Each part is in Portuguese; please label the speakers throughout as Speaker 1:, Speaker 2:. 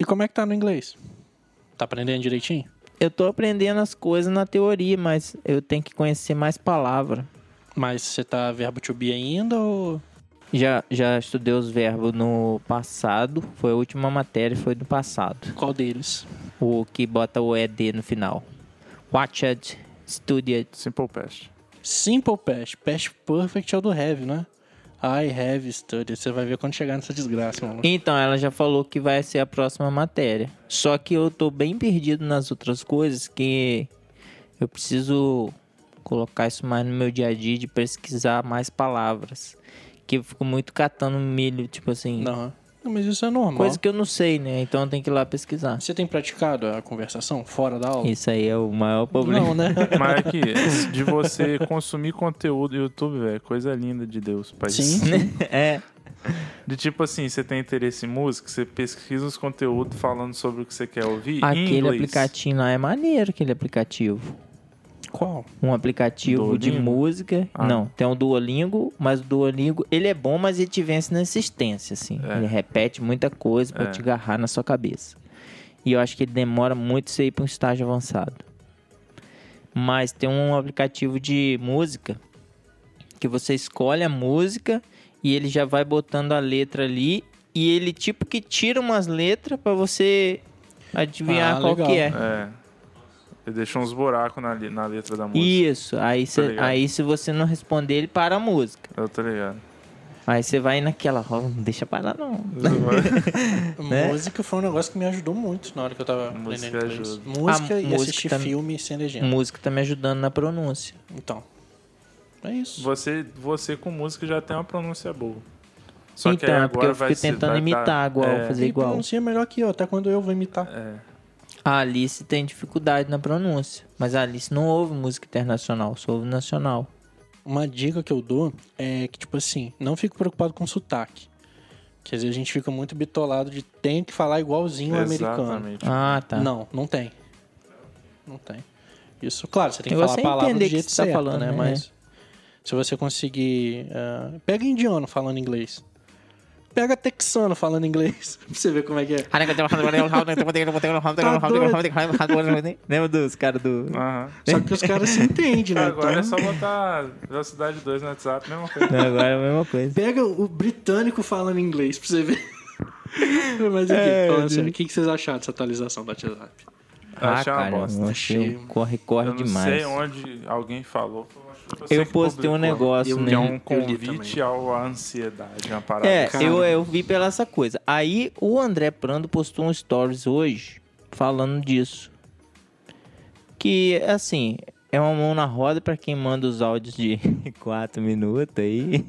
Speaker 1: como é que tá no inglês? Tá aprendendo direitinho?
Speaker 2: Eu tô aprendendo as coisas na teoria, mas eu tenho que conhecer mais palavras.
Speaker 1: Mas você tá verbo to be ainda ou...
Speaker 2: Já estudei os verbos no passado. Foi a última matéria, foi no passado.
Speaker 1: Qual deles?
Speaker 2: O que bota o ED no final. Watched, studied.
Speaker 3: Simple Past.
Speaker 1: Simple past. Past perfect é o do have, né? I have studied. Você vai ver quando chegar nessa desgraça, mano.
Speaker 2: Então, ela já falou que vai ser a próxima matéria. Só que eu tô bem perdido nas outras coisas, que eu preciso colocar isso mais no meu dia a dia, de pesquisar mais palavras. Que eu fico muito catando milho, tipo assim...
Speaker 1: Não, mas isso é normal.
Speaker 2: Coisa que eu não sei, né? Então eu tenho que ir lá pesquisar.
Speaker 1: Você tem praticado a conversação fora da aula?
Speaker 2: Isso aí é o maior problema.
Speaker 1: Não, né?
Speaker 3: Mas aqui, de você consumir conteúdo do YouTube, velho, coisa linda de Deus. Pai.
Speaker 1: Sim.
Speaker 2: É.
Speaker 3: De tipo assim, você tem interesse em música, você pesquisa os conteúdos falando sobre o que você quer ouvir em
Speaker 2: Aquele
Speaker 3: inglês.
Speaker 2: aplicativo lá é maneiro, aquele aplicativo.
Speaker 1: Qual?
Speaker 2: Um aplicativo de
Speaker 3: Duolingo?
Speaker 2: música.
Speaker 3: Ah.
Speaker 2: Não, tem o Duolingo, mas o Duolingo, ele é bom, mas ele te vence na insistência, assim.
Speaker 3: É.
Speaker 2: Ele repete muita coisa pra te agarrar na sua cabeça. E eu acho que ele demora muito você ir pra um estágio avançado. Mas tem um aplicativo de música que você escolhe a música e ele já vai botando a letra ali e ele tipo que tira umas letras pra você adivinhar qual
Speaker 1: legal.
Speaker 2: que é.
Speaker 3: É. Ele deixa uns buracos na letra da música.
Speaker 2: Isso,
Speaker 3: ligado.
Speaker 2: aí se você não responder, ele para a música.
Speaker 3: Eu tô ligado.
Speaker 2: Aí você vai naquela, não deixa parar não. Né?
Speaker 1: Música foi um negócio que me ajudou muito na hora que eu tava
Speaker 3: Música
Speaker 1: aprendendo inglês.
Speaker 3: ajuda.
Speaker 1: Música
Speaker 2: A
Speaker 1: e
Speaker 2: música
Speaker 1: assistir
Speaker 2: também.
Speaker 1: filme sem legenda.
Speaker 2: Música tá me ajudando na pronúncia.
Speaker 1: Então, é isso.
Speaker 3: Você com música já tem uma pronúncia boa. Só que
Speaker 2: Então,
Speaker 3: aí
Speaker 2: é porque
Speaker 3: agora
Speaker 2: eu
Speaker 3: vai
Speaker 2: fico
Speaker 3: ser-
Speaker 2: tentando
Speaker 3: vai
Speaker 2: imitar igual, fazer
Speaker 1: Ele
Speaker 2: igual.
Speaker 1: pronuncia melhor que eu, até quando eu vou imitar.
Speaker 2: A Alice tem dificuldade na pronúncia, mas a Alice não ouve música internacional, só ouve nacional.
Speaker 1: Uma dica que eu dou é que, tipo assim, não fique preocupado com sotaque. Que às vezes a gente fica muito bitolado de tem que falar igualzinho o americano.
Speaker 3: Exatamente.
Speaker 2: Ah, tá.
Speaker 1: Não tem. Não tem. Isso, claro, você tem que
Speaker 2: Eu
Speaker 1: falar a
Speaker 2: sei
Speaker 1: palavra do
Speaker 2: entender o que
Speaker 1: jeito
Speaker 2: você tá
Speaker 1: certo,
Speaker 2: falando,
Speaker 1: né?
Speaker 2: né?
Speaker 1: Mas se você conseguir... pega indiano falando inglês. Pega texano falando inglês. Pra você ver como é que é.
Speaker 2: Lembra dos caras do...
Speaker 3: Aham.
Speaker 1: Só que os caras se entendem, né?
Speaker 3: Agora é
Speaker 1: Então,
Speaker 3: só botar velocidade 2 no WhatsApp, mesma coisa.
Speaker 2: Agora é a mesma coisa.
Speaker 1: pega o britânico falando inglês pra você ver. Mas aqui, falando sério, o que vocês acharam dessa atualização do WhatsApp?
Speaker 3: Achei uma bosta.
Speaker 2: eu achei corre
Speaker 3: Eu não
Speaker 2: demais.
Speaker 3: sei onde alguém falou.
Speaker 2: Eu postei um negócio,
Speaker 3: que
Speaker 2: né?
Speaker 3: é um
Speaker 1: Eu li
Speaker 3: convite
Speaker 1: também.
Speaker 3: à ansiedade, uma parada.
Speaker 2: É,
Speaker 3: assim.
Speaker 2: eu vi pela essa coisa. Aí o André Prando postou um stories hoje falando disso. Que, assim, é uma mão na roda pra quem manda os áudios de 4 minutos aí.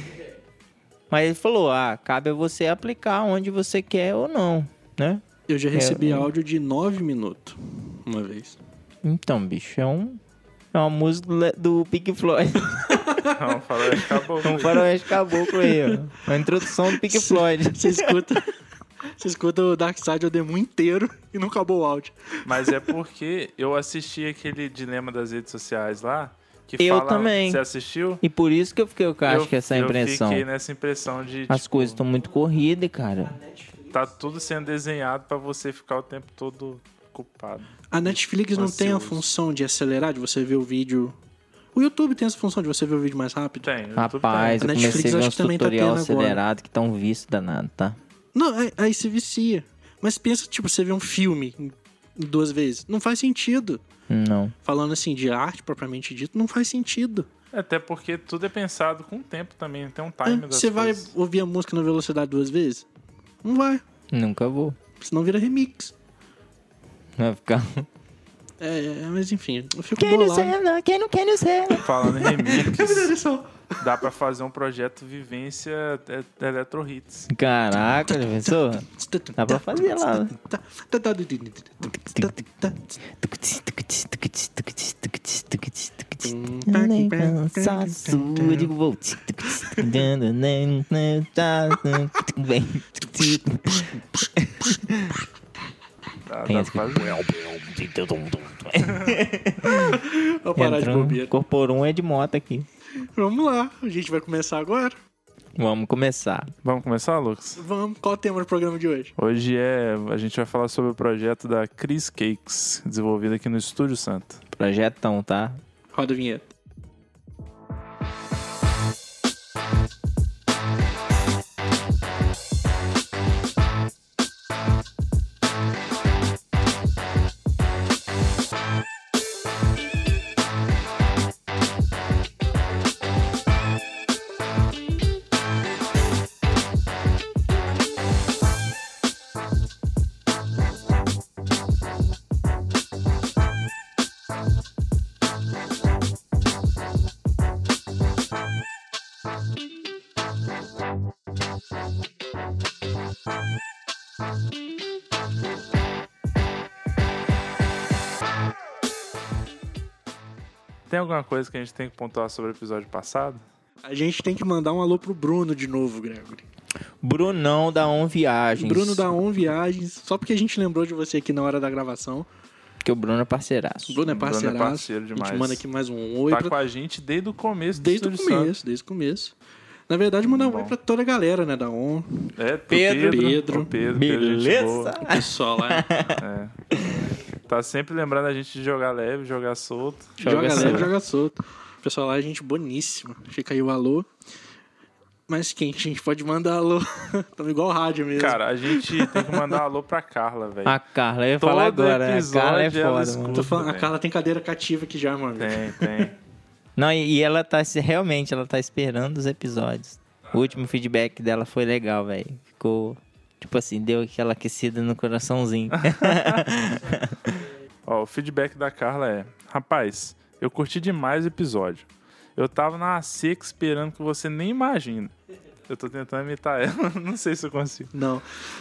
Speaker 2: Mas ele falou, cabe a você aplicar onde você quer ou não, né?
Speaker 1: Eu já recebi áudio de 9 minutos uma vez.
Speaker 2: Então, bicho, é uma música do Pink Floyd.
Speaker 3: Não, falou, acabou.
Speaker 2: Um faroeste caboclo aí, ó. Uma introdução do Pink Floyd.
Speaker 1: Você escuta o Dark Side of the Moon inteiro e não acabou o áudio.
Speaker 3: Mas é porque eu assisti aquele dilema das redes sociais lá. Que
Speaker 2: Eu
Speaker 3: fala,
Speaker 2: também.
Speaker 3: Você assistiu?
Speaker 2: E por isso que eu fiquei, acho que essa impressão.
Speaker 3: Eu fiquei nessa impressão de,
Speaker 2: As coisas estão muito corridas, cara.
Speaker 3: tá tudo sendo desenhado pra você ficar o tempo todo ocupado.
Speaker 1: A Netflix não tem a
Speaker 3: Ansioso.
Speaker 1: função de acelerar, de você ver o vídeo... O YouTube tem essa função de você ver o vídeo mais rápido?
Speaker 3: Tem. o YouTube
Speaker 2: Rapaz,
Speaker 3: tem.
Speaker 2: eu
Speaker 1: A
Speaker 2: comecei
Speaker 1: Netflix
Speaker 2: a ver
Speaker 1: acho
Speaker 2: uns
Speaker 1: que também tá
Speaker 2: tutorial
Speaker 1: tendo agora.
Speaker 2: acelerado que tão visto danado, tá?
Speaker 1: Não, aí você vicia. Mas pensa, tipo, você vê um filme 2 vezes. Não faz sentido.
Speaker 2: Não.
Speaker 1: Falando assim de arte propriamente dito, não faz sentido.
Speaker 3: Até porque tudo é pensado com o tempo também. Tem um time das
Speaker 1: Você vai
Speaker 3: coisas.
Speaker 1: ouvir a música na velocidade 2 vezes? Não vai.
Speaker 2: Nunca vou.
Speaker 1: Senão vira remix.
Speaker 2: Vai ficar...
Speaker 1: Mas enfim, eu fico
Speaker 2: Quem não
Speaker 1: bolado.
Speaker 2: sei, quem não quer não sei.
Speaker 3: Falando em remix,
Speaker 1: Olha só.
Speaker 3: dá pra fazer um projeto Vivência Electro Hits.
Speaker 2: Caraca, já pensou? Dá pra fazer lá.
Speaker 3: Dá pra fazer.
Speaker 1: Vou parar de bobeira.
Speaker 2: Incorporou um é de moto aqui.
Speaker 1: Vamos lá, a gente vai começar agora.
Speaker 2: Vamos começar.
Speaker 3: Vamos começar, Lucas?
Speaker 1: Vamos. Qual o tema do programa de hoje?
Speaker 3: Hoje a gente vai falar sobre o projeto da Chris Cakes, desenvolvido aqui no Estúdio Santo.
Speaker 2: Projetão, tá?
Speaker 1: Roda a vinheta.
Speaker 3: Tem alguma coisa que a gente tem que pontuar sobre o episódio passado?
Speaker 1: A gente tem que mandar um alô pro Bruno de novo, Gregory.
Speaker 2: Brunão da On Viagens.
Speaker 1: Bruno da On Viagens. Só porque a gente lembrou de você aqui na hora da gravação.
Speaker 2: Porque o Bruno é parceiraço.
Speaker 1: O Bruno é parceiraço.
Speaker 3: Bruno é parceiro demais.
Speaker 1: A gente manda aqui mais um oi.
Speaker 3: Tá com a gente desde o começo do
Speaker 1: Desde o
Speaker 3: Estúdio Santo.
Speaker 1: começo, desde o começo. Na verdade, mandar um oi pra toda a galera, né, da ON.
Speaker 3: É,
Speaker 1: Pedro.
Speaker 2: Beleza?
Speaker 1: O pessoal lá.
Speaker 3: Tá sempre lembrando a gente de jogar leve, jogar solto.
Speaker 1: Joga leve, joga solto. O pessoal lá é gente boníssima. Fica aí o alô. Mas quem a gente pode mandar alô? Estamos igual rádio mesmo.
Speaker 3: Cara, a gente tem que mandar alô pra Carla, velho.
Speaker 2: A Carla, eu ia falar agora, né? A Carla é foda, mano.
Speaker 1: Tô falando, a Carla tem cadeira cativa aqui já, mano.
Speaker 3: Tem.
Speaker 2: Não, e ela tá, realmente, ela tá esperando os episódios. O último feedback dela foi legal, velho. Ficou, tipo assim, deu aquela aquecida no coraçãozinho.
Speaker 3: Ó, o feedback da Carla é: rapaz, eu curti demais o episódio. Eu tava na seca esperando que você nem imagina. Eu tô tentando imitar ela, não sei se eu consigo.
Speaker 1: Não.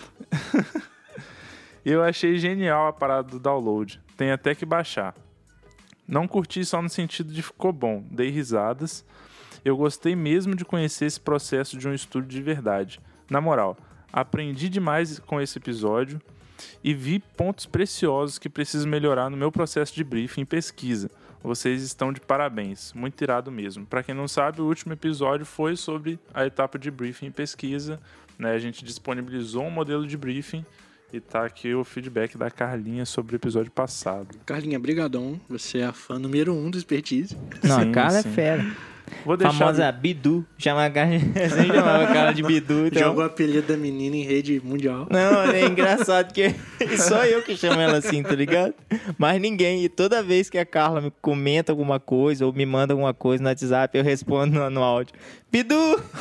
Speaker 3: Eu achei genial a parada do download. Tem até que baixar. Não curti só no sentido de ficou bom. Dei risadas. Eu gostei mesmo de conhecer esse processo de um estúdio de verdade. Na moral, aprendi demais com esse episódio e vi pontos preciosos que preciso melhorar no meu processo de briefing e pesquisa. Vocês estão de parabéns. Muito irado mesmo. Para quem não sabe, o último episódio foi sobre a etapa de briefing e pesquisa. Né? A gente disponibilizou um modelo de briefing e tá aqui o feedback da Carlinha sobre o episódio passado.
Speaker 1: Carlinha, brigadão. Você é a fã número 1 do Expertise.
Speaker 2: Não,
Speaker 3: Sim,
Speaker 2: a Carla
Speaker 3: sim.
Speaker 2: é fera.
Speaker 3: Vou deixar...
Speaker 2: Famosa Bidu. Chama a Carla... Você chamava a Carla de Bidu. Então...
Speaker 1: Joga o apelido da menina em rede mundial.
Speaker 2: Não, é engraçado que só eu que chamo ela assim, tá ligado? Mas ninguém. E toda vez que a Carla me comenta alguma coisa ou me manda alguma coisa no WhatsApp, eu respondo no áudio. Bidu!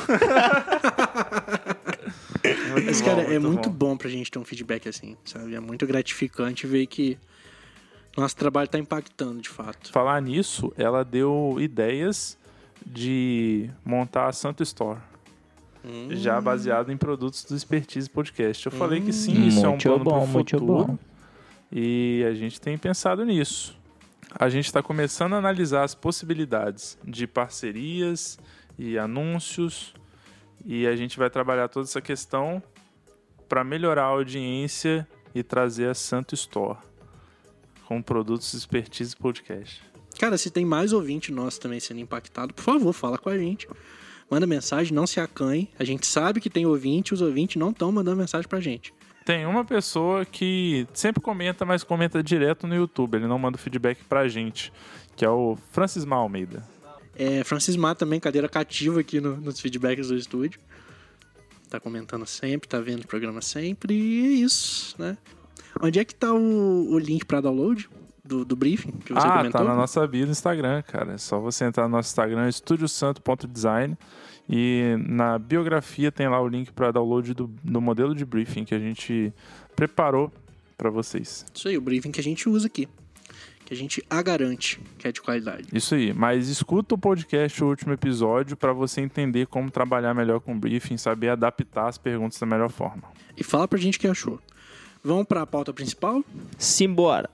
Speaker 1: Mas, cara, é muito bom pra gente ter um feedback assim, sabe? É muito gratificante ver que nosso trabalho tá impactando, de fato.
Speaker 3: Falar nisso, ela deu ideias de montar a Santo Store. Já baseado em produtos do Expertise Podcast. Eu falei que sim, isso é um plano pro futuro. E a gente tem pensado nisso. A gente está começando a analisar as possibilidades de parcerias e anúncios. E a gente vai trabalhar toda essa questão para melhorar a audiência e trazer a Santo Store com produtos Expertise Podcast.
Speaker 1: Cara, se tem mais ouvinte nosso também sendo impactado, por favor, fala com a gente. Manda mensagem, não se acanhe. A gente sabe que tem ouvinte, os ouvintes não estão mandando mensagem pra gente.
Speaker 3: Tem uma pessoa que sempre comenta, mas comenta direto no YouTube. Ele não manda feedback pra gente, que é o Francis Mar Almeida.
Speaker 1: Francis Mar também, cadeira cativa aqui nos feedbacks do estúdio. Tá comentando sempre, tá vendo o programa sempre. E é isso, né? Onde é que tá o link pra download do briefing que você comentou?
Speaker 3: Tá na nossa bio no Instagram, cara. É só você entrar no nosso Instagram, estudiosanto.design, e na biografia tem lá o link para download do modelo de briefing que a gente preparou para vocês.
Speaker 1: Isso aí, o briefing que a gente usa aqui. Que a gente garante que é de qualidade.
Speaker 3: Isso aí, mas escuta o podcast, o último episódio, para você entender como trabalhar melhor com o briefing, saber adaptar as perguntas da melhor forma.
Speaker 1: E fala pra gente o que achou. Vamos pra pauta principal?
Speaker 2: Simbora!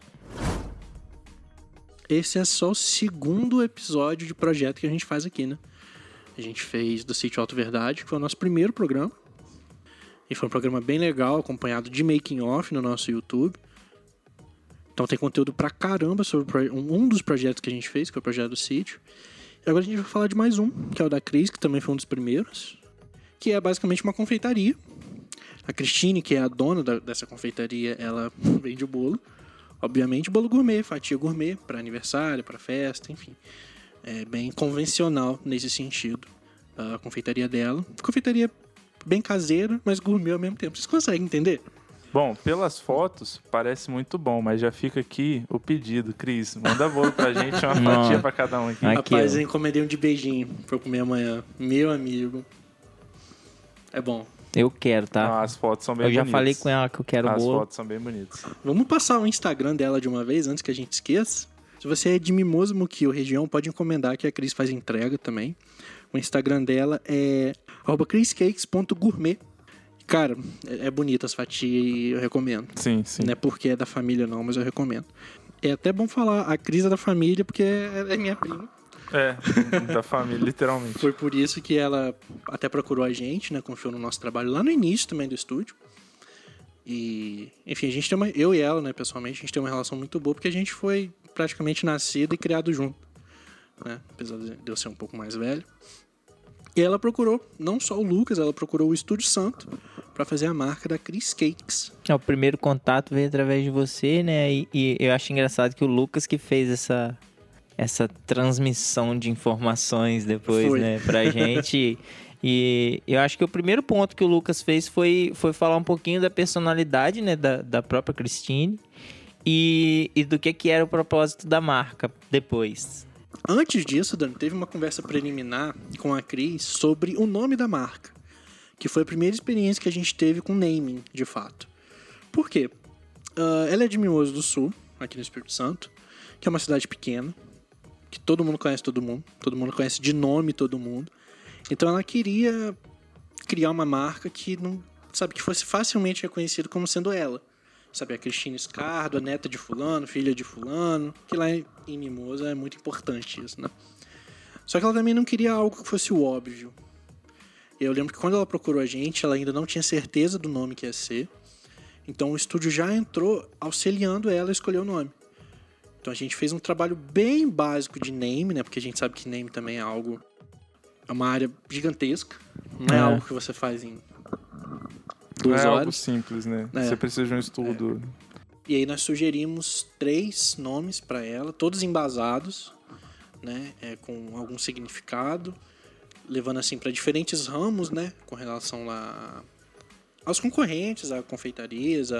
Speaker 1: Esse é só o segundo episódio de projeto que a gente faz aqui, né? A gente fez do Sítio Alto Verdade, que foi o nosso primeiro programa. E foi um programa bem legal, acompanhado de making off no nosso YouTube. Então tem conteúdo pra caramba sobre um dos projetos que a gente fez, que é o projeto do Sítio. E agora a gente vai falar de mais um, que é o da Cris, que também foi um dos primeiros. que é basicamente uma confeitaria. A Cristine, que é a dona dessa confeitaria, ela vende o bolo. Obviamente, bolo gourmet, fatia gourmet, para aniversário, para festa, enfim. É bem convencional nesse sentido. A confeitaria dela. Confeitaria bem caseira, mas gourmet ao mesmo tempo. Vocês conseguem entender?
Speaker 3: Bom, pelas fotos, parece muito bom, mas já fica aqui o pedido. Cris, manda bolo pra gente, uma fatia pra cada um aqui.
Speaker 1: Rapaz, eu encomendei um de beijinho pra eu comer amanhã. Meu amigo. É bom.
Speaker 2: Eu quero, tá?
Speaker 3: As fotos são bem bonitas.
Speaker 2: Eu já falei com ela que eu quero o bolo.
Speaker 3: As fotos são bem bonitas.
Speaker 1: Vamos passar o Instagram dela de uma vez, antes que a gente esqueça. Se você é de Mimoso Mukio região, pode encomendar que a Cris faz entrega também. O Instagram dela é @chriscakes.gourmet. Cara, é bonita as fatias e eu recomendo.
Speaker 3: Sim, sim.
Speaker 1: Não é porque é da família não, mas eu recomendo. É até bom falar a Cris é da família, porque é minha prima.
Speaker 3: É, da família, literalmente.
Speaker 1: Foi por isso que ela até procurou a gente, né? Confiou no nosso trabalho lá no início também do estúdio. E, enfim, a gente tem eu e ela, né, pessoalmente, a gente tem uma relação muito boa, porque a gente foi praticamente nascido e criado junto, né? Apesar de eu ser um pouco mais velho. E ela procurou, não só o Lucas, ela procurou o Estúdio Santo para fazer a marca da Chris Cakes.
Speaker 2: O primeiro contato veio através de você, né? E eu acho engraçado que o Lucas que fez essa transmissão de informações depois, né, pra gente. E eu acho que o primeiro ponto que o Lucas fez foi falar um pouquinho da personalidade, né, da própria Cristine e do que era o propósito da marca depois.
Speaker 1: Antes disso, Dani, teve uma conversa preliminar com a Cris sobre o nome da marca, que foi a primeira experiência que a gente teve com naming, de fato. Por quê? Ela é de Mimoso do Sul, aqui no Espírito Santo, que é uma cidade pequena, que todo mundo conhece de nome todo mundo. Então ela queria criar uma marca que não, sabe, que fosse facilmente reconhecida como sendo ela. Sabe, a Cristine Scardo, a neta de fulano, filha de fulano, que lá em Mimoso é muito importante isso, né? Só que ela também não queria algo que fosse o óbvio. Eu lembro que quando ela procurou a gente, ela ainda não tinha certeza do nome que ia ser. Então o estúdio já entrou auxiliando ela a escolher o nome. Então a gente fez um trabalho bem básico de name, né? Porque a gente sabe que name também é uma área gigantesca. Não é algo que você faz em 2 horas.
Speaker 3: É algo simples, né? Você precisa de um estudo.
Speaker 1: E aí nós sugerimos 3 nomes para ela, todos embasados, né? Com algum significado, levando assim para diferentes ramos, né? Com relação lá aos concorrentes, a confeitarias,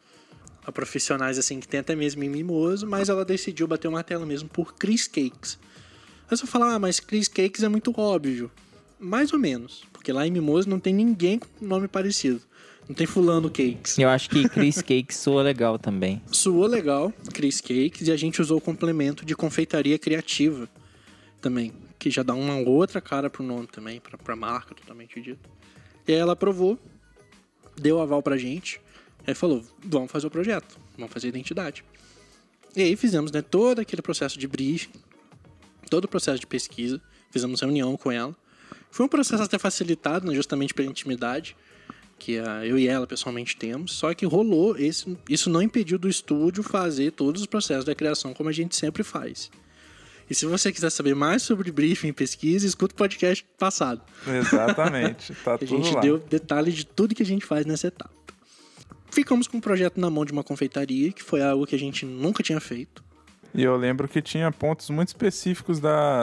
Speaker 1: a profissionais assim que tem até mesmo em Mimoso, mas ela decidiu bater o martelo mesmo por Chris Cakes. Aí você vai falar, mas Chris Cakes é muito óbvio. Mais ou menos, porque lá em Mimoso não tem ninguém com nome parecido. Não tem fulano Cakes.
Speaker 2: Eu acho que Chris Cakes soa legal também.
Speaker 1: Soou legal, Chris Cakes, e a gente usou o complemento de confeitaria criativa também, que já dá uma outra cara pro nome também, pra marca, totalmente dito. E aí ela aprovou, deu aval pra gente, aí falou, vamos fazer o projeto, vamos fazer a identidade. E aí fizemos, né, todo aquele processo de briefing, todo o processo de pesquisa, fizemos reunião com ela. Foi um processo até facilitado, né, justamente pela intimidade que eu e ela pessoalmente temos, só que rolou, isso não impediu do estúdio fazer todos os processos da criação como a gente sempre faz. E se você quiser saber mais sobre briefing e pesquisa, escuta o podcast passado.
Speaker 3: Exatamente, tá tudo lá.
Speaker 1: A gente deu detalhes de tudo que a gente faz nessa etapa. Ficamos com um projeto na mão de uma confeitaria, que foi algo que a gente nunca tinha feito.
Speaker 3: E eu lembro que tinha pontos muito específicos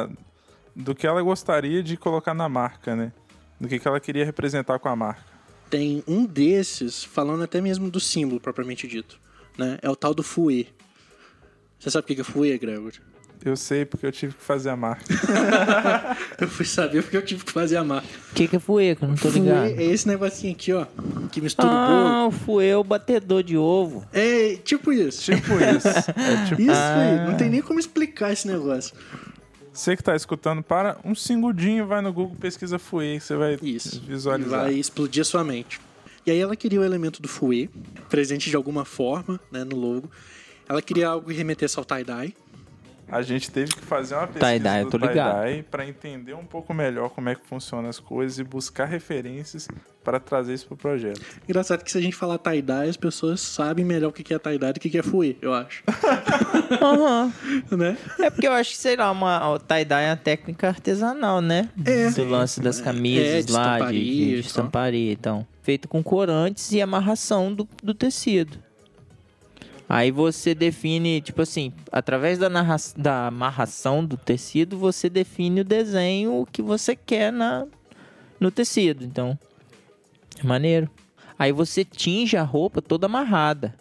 Speaker 3: do que ela gostaria de colocar na marca, né? Do que ela queria representar com a marca.
Speaker 1: Tem um desses, falando até mesmo do símbolo propriamente dito, né? É o tal do fouet. Você sabe o que é fouet, Gregor?
Speaker 3: Eu sei, porque eu tive que fazer a marca.
Speaker 1: Eu fui saber porque eu tive que fazer a marca.
Speaker 2: O que é fouet? Que eu não tô ligado.
Speaker 1: Fouet é esse negocinho aqui, ó, que mistura o bolo.
Speaker 2: Ah, o fouet é o batedor de ovo.
Speaker 1: É, tipo isso.
Speaker 3: Tipo isso. É tipo...
Speaker 1: Isso aí, não tem nem como explicar esse negócio.
Speaker 3: Você que tá escutando, para um segundinho, vai no Google, pesquisa fouet, você vai visualizar.
Speaker 1: Vai explodir a sua mente. E aí ela queria o elemento do fouet, presente de alguma forma, né, no logo. Ela queria algo que remetesse ao tie-dye.
Speaker 3: A gente teve que fazer uma pesquisa
Speaker 2: Tie-dye,
Speaker 3: do
Speaker 2: tô ligado.
Speaker 3: tie-dye para entender um pouco melhor como é que funcionam as coisas e buscar referências para trazer isso pro projeto.
Speaker 1: Engraçado que se a gente falar tie-dye, as pessoas sabem melhor o que é tie-dye do que é fouet, eu acho.
Speaker 2: Aham.
Speaker 1: Né?
Speaker 2: É porque eu acho que, sei lá, o tie-dye é uma técnica artesanal, né?
Speaker 1: É.
Speaker 2: Do lance das camisas
Speaker 1: de
Speaker 2: lá,
Speaker 1: estamparia
Speaker 2: de
Speaker 1: e tal.
Speaker 2: estamparia, então. Feito com corantes e amarração do tecido. Aí você define, tipo assim, através da amarração do tecido, você define o desenho que você quer no tecido. Então, é maneiro. Aí você tinge a roupa toda amarrada.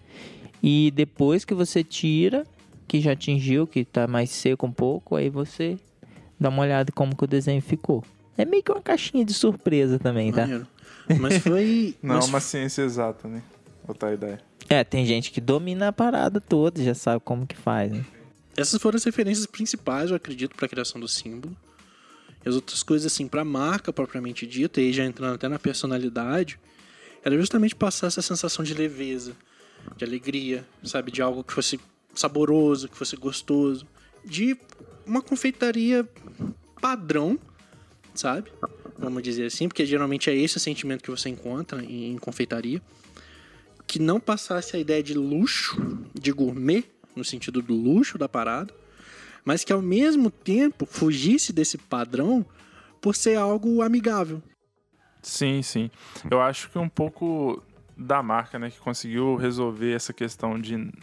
Speaker 2: E depois que você tira, que já tingiu, que tá mais seco um pouco, aí você dá uma olhada como que o desenho ficou. É meio que uma caixinha de surpresa também, tá?
Speaker 1: Maneiro. Mas foi...
Speaker 3: Não é
Speaker 1: mas
Speaker 3: uma ciência exata, né? O tie-dye.
Speaker 2: É, tem gente que domina a parada toda, já sabe como que faz, né?
Speaker 1: essas foram as referências principais, eu acredito, para a criação do símbolo. E as outras coisas, assim, para a marca propriamente dita, e aí já entrando até na personalidade, era justamente passar essa sensação de leveza, de alegria, sabe? De algo que fosse saboroso, que fosse gostoso. De uma confeitaria padrão, sabe? Vamos dizer assim, porque geralmente é esse o sentimento que você encontra em confeitaria. Que não passasse a ideia de luxo, de gourmet, no sentido do luxo da parada, mas que ao mesmo tempo fugisse desse padrão por ser algo amigável.
Speaker 3: Sim, sim. Eu acho que um pouco da marca, né, que conseguiu resolver essa questão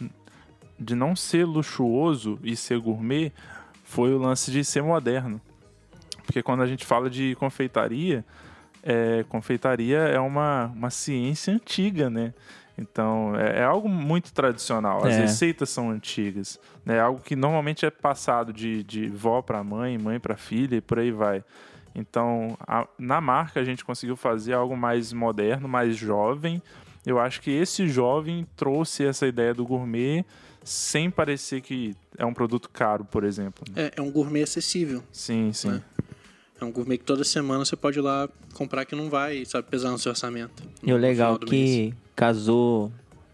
Speaker 3: de não ser luxuoso e ser gourmet foi o lance de ser moderno. Porque quando a gente fala de confeitaria, confeitaria é uma ciência antiga, né? Então, é algo muito tradicional. As receitas são antigas. É algo que normalmente é passado de vó para mãe, mãe para filha e por aí vai. Então, na marca a gente conseguiu fazer algo mais moderno, mais jovem. Eu acho que esse jovem trouxe essa ideia do gourmet sem parecer que é um produto caro, por exemplo.
Speaker 1: É um gourmet acessível.
Speaker 3: Sim, sim.
Speaker 1: Né? É um gourmet que toda semana você pode ir lá comprar que não vai, sabe, pesar no seu orçamento.
Speaker 2: E o legal é que casou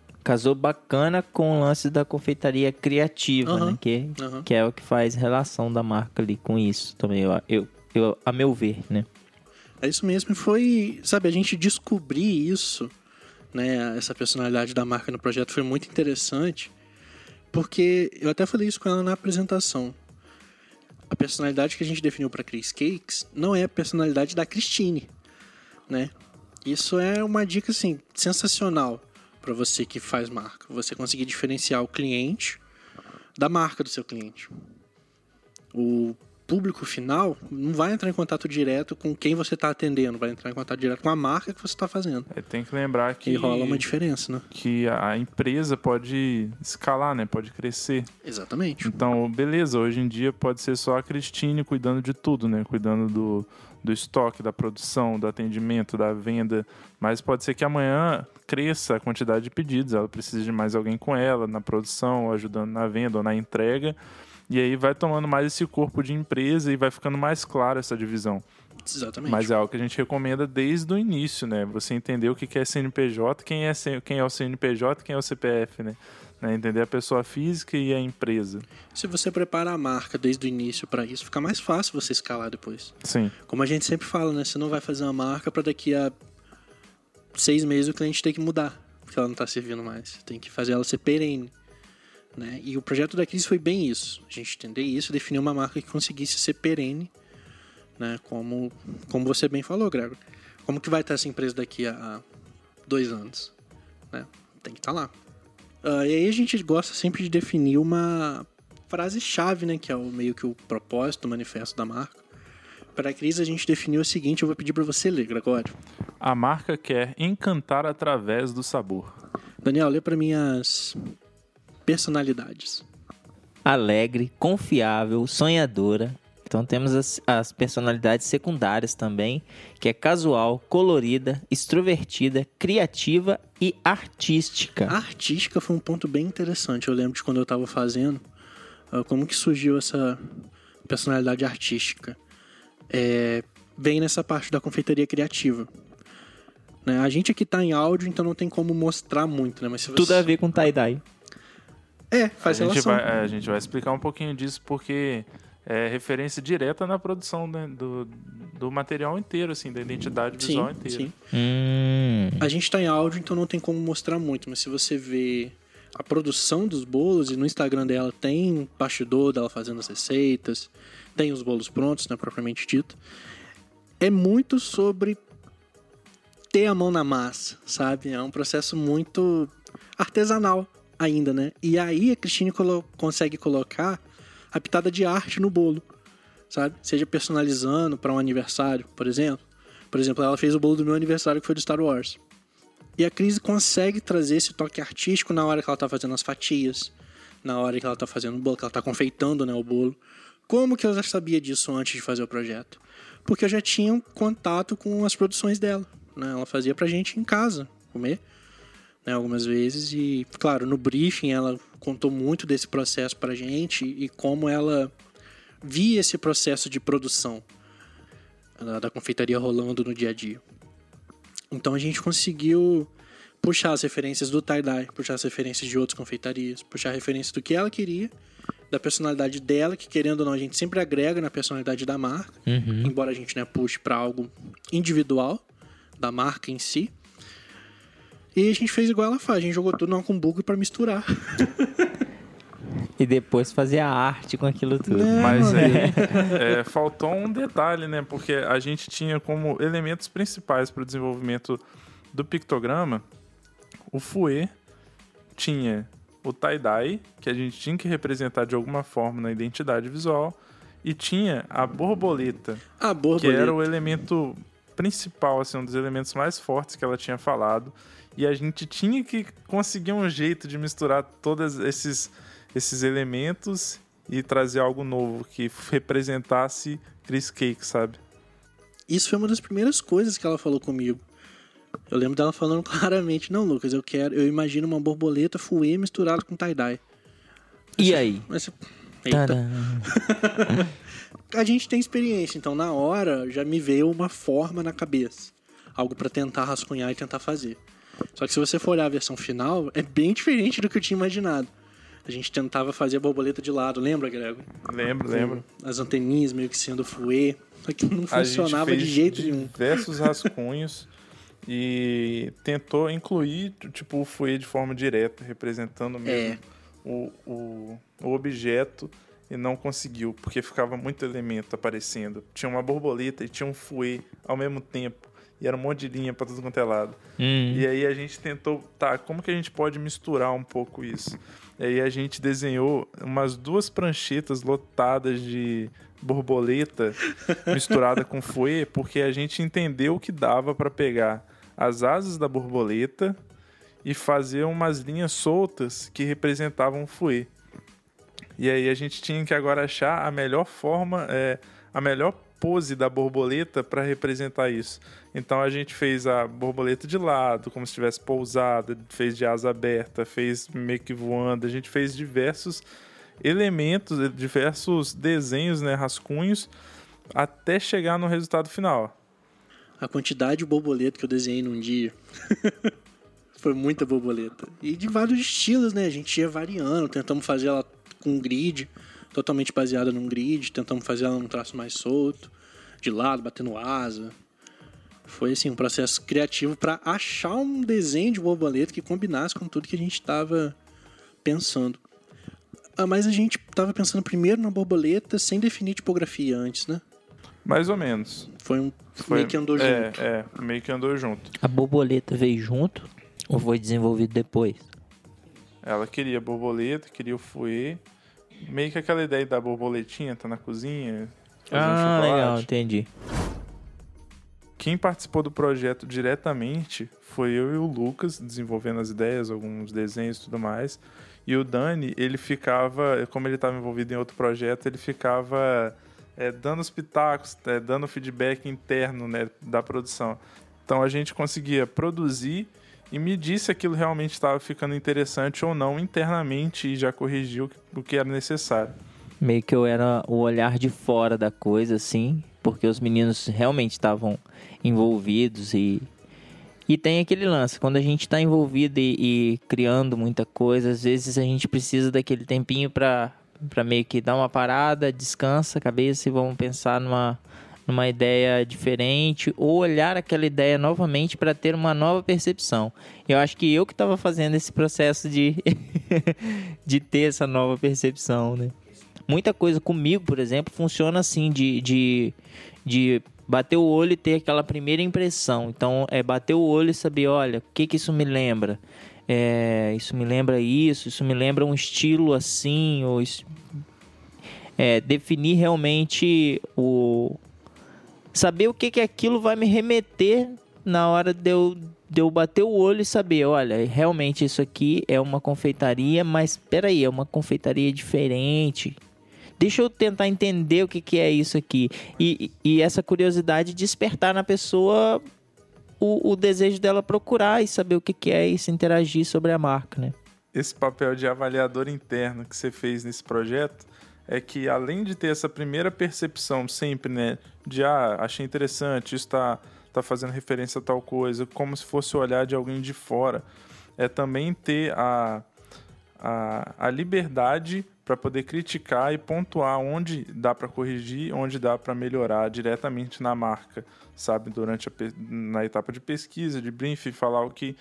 Speaker 2: bacana com o lance da confeitaria criativa, né? Que é o que faz relação da marca ali com isso também, eu a meu ver, né?
Speaker 1: É isso mesmo, e foi, sabe, a gente descobrir isso, né, essa personalidade da marca no projeto foi muito interessante, porque eu até falei isso com ela na apresentação. A personalidade que a gente definiu para Cris Cakes não é a personalidade da Cristine, né? Isso é uma dica, assim, sensacional para você que faz marca. Você conseguir diferenciar o cliente da marca do seu cliente. O público final não vai entrar em contato direto com quem você está atendendo, vai entrar em contato direto com a marca que você está fazendo.
Speaker 3: Tem que lembrar que...
Speaker 1: E rola uma diferença, né?
Speaker 3: Que a empresa pode escalar, né? Pode crescer.
Speaker 1: Exatamente.
Speaker 3: Então, beleza, hoje em dia pode ser só a Cristine cuidando de tudo, né? Cuidando do estoque, da produção, do atendimento, da venda. Mas pode ser que amanhã cresça a quantidade de pedidos. Ela precisa de mais alguém com ela na produção, ajudando na venda ou na entrega. E aí vai tomando mais esse corpo de empresa e vai ficando mais clara essa divisão.
Speaker 1: Exatamente.
Speaker 3: Mas é algo que a gente recomenda desde o início, né? Você entender o que é CNPJ, quem é o CNPJ, quem é o CPF, né? Entender a pessoa física e a empresa.
Speaker 1: Se você prepara a marca desde o início para isso, fica mais fácil você escalar depois.
Speaker 3: Sim.
Speaker 1: Como a gente sempre fala, né? Você não vai fazer uma marca para daqui a 6 meses o cliente ter que mudar, porque ela não está servindo mais. Você tem que fazer ela ser perene. Né? E o projeto da Cris foi bem isso. A gente entender isso, definir uma marca que conseguisse ser perene, né? Como você bem falou, Gregor. Como que vai estar essa empresa daqui a 2 anos? Né? Tem que estar lá. E aí a gente gosta sempre de definir uma frase-chave, né? Que é meio que o propósito, o manifesto da marca. Para a Cris a gente definiu o seguinte, eu vou pedir para você ler, Gregório.
Speaker 3: A marca quer encantar através do sabor.
Speaker 1: Daniel, lê para mim as personalidades.
Speaker 2: Alegre, confiável, sonhadora. Então temos as personalidades secundárias também, que é casual, colorida, extrovertida, criativa e artística.
Speaker 1: A artística foi um ponto bem interessante. Eu lembro de quando eu estava fazendo, como que surgiu essa personalidade artística. Vem nessa parte da confeitaria criativa. Né? A gente aqui tá em áudio, então não tem como mostrar muito, né? Mas se você...
Speaker 2: Tudo a ver com tie-dye.
Speaker 1: Faz relação.
Speaker 3: A gente vai explicar um pouquinho disso porque é referência direta na produção, né, do material inteiro, assim, da identidade visual inteira.
Speaker 1: Sim. A gente tá em áudio, então não tem como mostrar muito, mas se você vê a produção dos bolos, e no Instagram dela tem bastidor dela fazendo as receitas, tem os bolos prontos, né, propriamente dito. É muito sobre ter a mão na massa, sabe? É um processo muito artesanal ainda, né? E aí a Cristine consegue colocar a pitada de arte no bolo, sabe? Seja personalizando para um aniversário, por exemplo. Por exemplo, ela fez o bolo do meu aniversário, que foi do Star Wars. E a Cris consegue trazer esse toque artístico na hora que ela tá fazendo as fatias, na hora que ela tá fazendo o bolo, que ela tá confeitando, né, o bolo. Como que eu já sabia disso antes de fazer o projeto? Porque eu já tinha um contato com as produções dela, né? Ela fazia pra gente em casa comer, né, algumas vezes. E, claro, no briefing ela contou muito desse processo pra gente e como ela via esse processo de produção da confeitaria rolando no dia a dia. Então a gente conseguiu puxar as referências do tie-dye, puxar as referências de outras confeitarias, puxar a referência do que ela queria, da personalidade dela, que querendo ou não a gente sempre agrega na personalidade da marca, embora a gente, né, puxe para algo individual da marca em si. E a gente fez igual ela faz, a gente jogou tudo no Alcumburgo para misturar.
Speaker 2: E depois fazer a arte com aquilo tudo.
Speaker 3: Mas faltou um detalhe, né? Porque a gente tinha como elementos principais para o desenvolvimento do pictograma o fouet, tinha o tie-dye, que a gente tinha que representar de alguma forma na identidade visual, e tinha a borboleta, que era o elemento principal, assim, um dos elementos mais fortes que ela tinha falado. E a gente tinha que conseguir um jeito de misturar todos esses elementos e trazer algo novo que representasse Chris Cake, sabe?
Speaker 1: Isso foi uma das primeiras coisas que ela falou comigo. Eu lembro dela falando claramente: não, Lucas, eu imagino uma borboleta fouet misturada com tie-dye.
Speaker 2: E aí?
Speaker 1: Eita. A gente tem experiência, então na hora já me veio uma forma na cabeça. Algo pra tentar rascunhar e tentar fazer. Só que se você for olhar a versão final, é bem diferente do que eu tinha imaginado. A gente tentava fazer a borboleta de lado, lembra, Grego?
Speaker 3: Lembro.
Speaker 1: As anteninhas meio que sendo fouet. Só que não funcionava de jeito nenhum.
Speaker 3: Diversos rascunhos e tentou incluir tipo, o fouet de forma direta, representando mesmo o objeto, e não conseguiu, porque ficava muito elemento aparecendo. Tinha uma borboleta e tinha um fouet ao mesmo tempo. E era um monte de linha pra tudo quanto é lado. E aí a gente tentou, como que a gente pode misturar um pouco isso? E aí a gente desenhou umas 2 pranchetas lotadas de borboleta misturada com fouet, porque a gente entendeu que dava para pegar as asas da borboleta e fazer umas linhas soltas que representavam o fouet. E aí a gente tinha que agora achar a melhor forma, a melhor pose da borboleta para representar isso. Então a gente fez a borboleta de lado, como se estivesse pousada, fez de asa aberta, fez meio que voando. A gente fez diversos elementos, diversos desenhos, né, rascunhos, até chegar no resultado final.
Speaker 1: A quantidade de borboleta que eu desenhei num dia foi muita borboleta. E de vários estilos, né? A gente ia variando, tentamos fazer ela com um grid, totalmente baseada num grid, tentamos fazer ela num traço mais solto, de lado, batendo asa. Foi assim, um processo criativo para achar um desenho de borboleta que combinasse com tudo que a gente estava pensando. Mas a gente estava pensando primeiro na borboleta sem definir tipografia antes, né?
Speaker 3: Mais ou menos.
Speaker 1: Meio que andou junto.
Speaker 3: Meio que andou junto.
Speaker 2: A borboleta veio junto ou foi desenvolvido depois?
Speaker 3: Ela queria borboleta, queria o fouet. Meio que aquela ideia da borboletinha, tá na cozinha.
Speaker 2: Legal, entendi.
Speaker 3: Quem participou do projeto diretamente foi eu e o Lucas, desenvolvendo as ideias, alguns desenhos e tudo mais. E o Dani, ele ficava, como ele estava envolvido em outro projeto, ele ficava dando os pitacos, dando feedback interno, né, da produção. Então a gente conseguia produzir e medir se aquilo realmente estava ficando interessante ou não internamente e já corrigiu o que era necessário.
Speaker 2: Meio que eu era o olhar de fora da coisa, assim, porque os meninos realmente estavam envolvidos e E tem aquele lance, quando a gente está envolvido e criando muita coisa, às vezes a gente precisa daquele tempinho para meio que dar uma parada, descansa a cabeça e vamos pensar numa ideia diferente ou olhar aquela ideia novamente para ter uma nova percepção. Eu acho que eu que estava fazendo esse processo de, de ter essa nova percepção, né? Muita coisa comigo, por exemplo, funciona assim, de bater o olho e ter aquela primeira impressão. Então, é bater o olho e saber, olha, o que isso me lembra? Isso me lembra isso me lembra um estilo assim, ou definir realmente saber o que aquilo vai me remeter na hora de eu bater o olho e saber, olha, realmente isso aqui é uma confeitaria, mas espera aí, é uma confeitaria diferente. Deixa eu tentar entender o que é isso aqui. E essa curiosidade despertar na pessoa o desejo dela procurar e saber o que é e se interagir sobre a marca, né?
Speaker 3: Esse papel de avaliador interno que você fez nesse projeto é que, além de ter essa primeira percepção sempre, né, de achei interessante, isso tá fazendo referência a tal coisa, como se fosse o olhar de alguém de fora, é também ter a liberdade para poder criticar e pontuar onde dá para corrigir, onde dá para melhorar diretamente na marca, sabe? Durante na etapa de pesquisa, de briefing, falar o que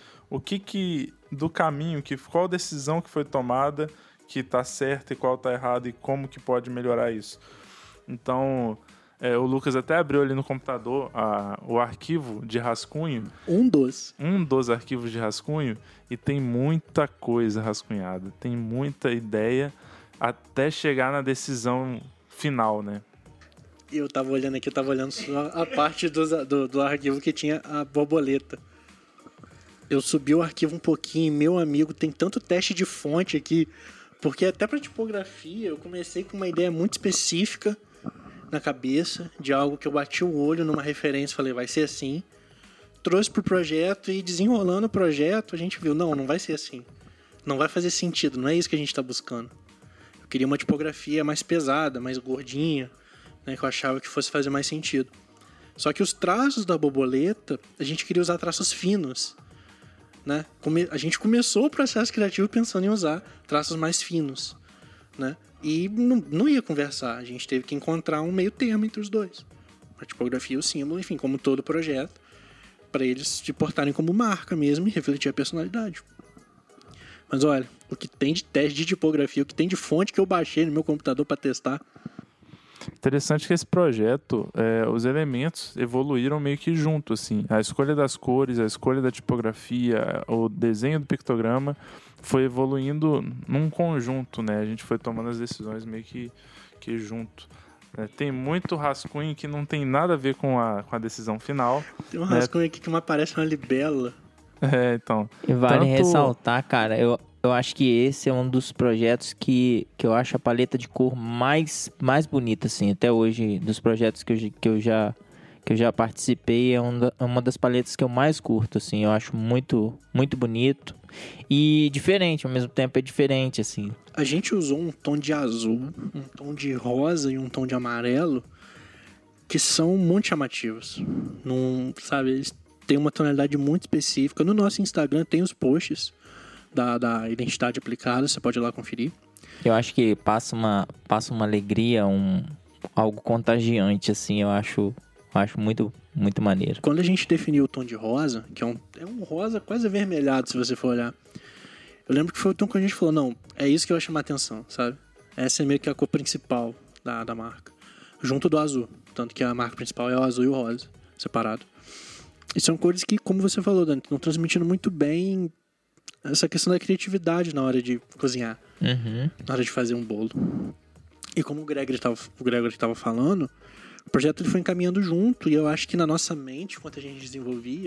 Speaker 3: do caminho, qual decisão que foi tomada que está certa e qual está errada e como que pode melhorar isso. Então, o Lucas até abriu ali no computador o arquivo de rascunho. Um dos arquivos de rascunho, e tem muita coisa rascunhada, tem muita ideia até chegar na decisão final, né?
Speaker 1: Eu tava olhando só a parte do arquivo que tinha a borboleta. Eu subi o arquivo um pouquinho, meu amigo, tem tanto teste de fonte aqui, porque até pra tipografia eu comecei com uma ideia muito específica na cabeça, de algo que eu bati o olho numa referência, falei, vai ser assim. Trouxe pro projeto e desenrolando o projeto, a gente viu, não vai ser assim. Não vai fazer sentido, não é isso que a gente tá buscando. Eu queria uma tipografia mais pesada, mais gordinha, né, que eu achava que fosse fazer mais sentido. Só que os traços da borboleta, a gente queria usar traços finos, né? A gente começou o processo criativo pensando em usar traços mais finos, né? E não ia conversar, a gente teve que encontrar um meio termo entre os dois. A tipografia e o símbolo, enfim, como todo projeto, para eles se portarem como marca mesmo e refletir a personalidade. Mas olha, o que tem de teste de tipografia, o que tem de fonte que eu baixei no meu computador para testar.
Speaker 3: Interessante que esse projeto, os elementos evoluíram meio que junto, assim. A escolha das cores, a escolha da tipografia, o desenho do pictograma foi evoluindo num conjunto, né? A gente foi tomando as decisões meio que junto. Tem muito rascunho que não tem nada a ver com a decisão final.
Speaker 1: Tem um rascunho aqui que me parece uma libela.
Speaker 3: Então.
Speaker 2: E vale ressaltar, cara, eu acho que esse é um dos projetos que eu acho a paleta de cor mais bonita, assim, até hoje, dos projetos que eu já participei, é uma das paletas que eu mais curto, assim, eu acho muito, muito bonito e diferente, ao mesmo tempo é diferente, assim.
Speaker 1: A gente usou um tom de azul, um tom de rosa e um tom de amarelo que são muito chamativos, sabe, eles têm uma tonalidade muito específica. No nosso Instagram tem os posts da identidade aplicada, você pode ir lá conferir.
Speaker 2: Eu acho que passa uma alegria, algo contagiante, assim, eu acho muito, muito maneiro.
Speaker 1: Quando a gente definiu o tom de rosa, que é um rosa quase avermelhado, se você for olhar, eu lembro que foi o tom que a gente falou, não, é isso que vai chamar atenção, sabe? Essa é meio que a cor principal da marca, junto do azul, tanto que a marca principal é o azul e o rosa, separado. E são cores que, como você falou, Dani, estão transmitindo muito bem essa questão da criatividade na hora de cozinhar, na hora de fazer um bolo. E como o Gregory estava falando, o projeto ele foi encaminhando junto, e eu acho que na nossa mente, enquanto a gente desenvolvia,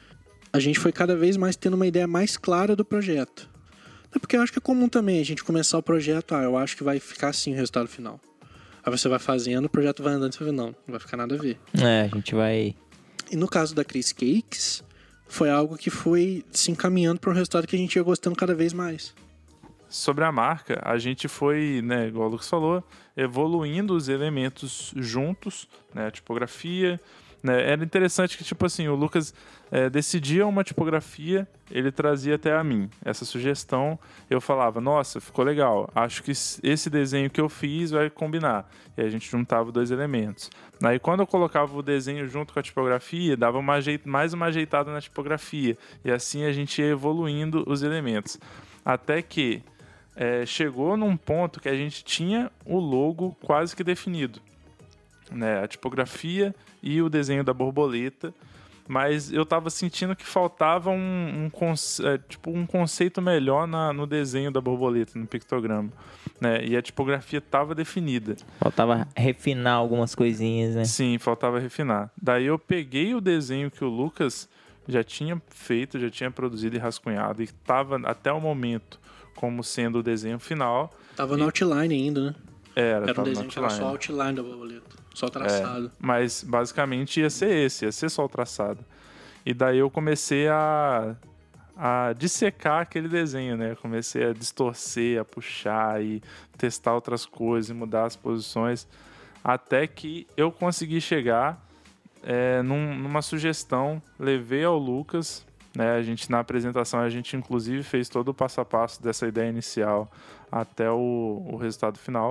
Speaker 1: a gente foi cada vez mais tendo uma ideia mais clara do projeto. É porque eu acho que é comum também a gente começar o projeto, eu acho que vai ficar assim o resultado final. Aí você vai fazendo, o projeto vai andando e você vai ver, não vai ficar nada a ver.
Speaker 2: A gente vai...
Speaker 1: E no caso da Cris Cakes, foi algo que foi se encaminhando para um resultado que a gente ia gostando cada vez mais.
Speaker 3: Sobre a marca, a gente foi, né, igual o Lucas falou, evoluindo os elementos juntos, né, a tipografia, né? Era interessante que, tipo assim, o Lucas decidia uma tipografia, ele trazia até a mim essa sugestão, eu falava, nossa, ficou legal, acho que esse desenho que eu fiz vai combinar. E aí a gente juntava 2 elementos. Aí quando eu colocava o desenho junto com a tipografia, dava mais uma ajeitada na tipografia. E assim a gente ia evoluindo os elementos. Até que chegou num ponto que a gente tinha o logo quase que definido, né? A tipografia e o desenho da borboleta, mas eu estava sentindo que faltava um conceito melhor no desenho da borboleta, no pictograma, né? E a tipografia estava definida.
Speaker 2: Faltava refinar algumas coisinhas, né?
Speaker 3: Sim, faltava refinar. Daí eu peguei o desenho que o Lucas já tinha feito, já tinha produzido e rascunhado, e estava até o momento como sendo o desenho final.
Speaker 1: Tava no outline ainda, né?
Speaker 3: Era
Speaker 1: um desenho que era só outline da borboleta, só traçado.
Speaker 3: Mas basicamente ia ser só o traçado. E daí eu comecei a dissecar aquele desenho, né? Eu comecei a distorcer, a puxar e testar outras coisas, mudar as posições, até que eu consegui chegar numa sugestão, levei ao Lucas, né? Na apresentação a gente inclusive fez todo o passo a passo dessa ideia inicial até o resultado final.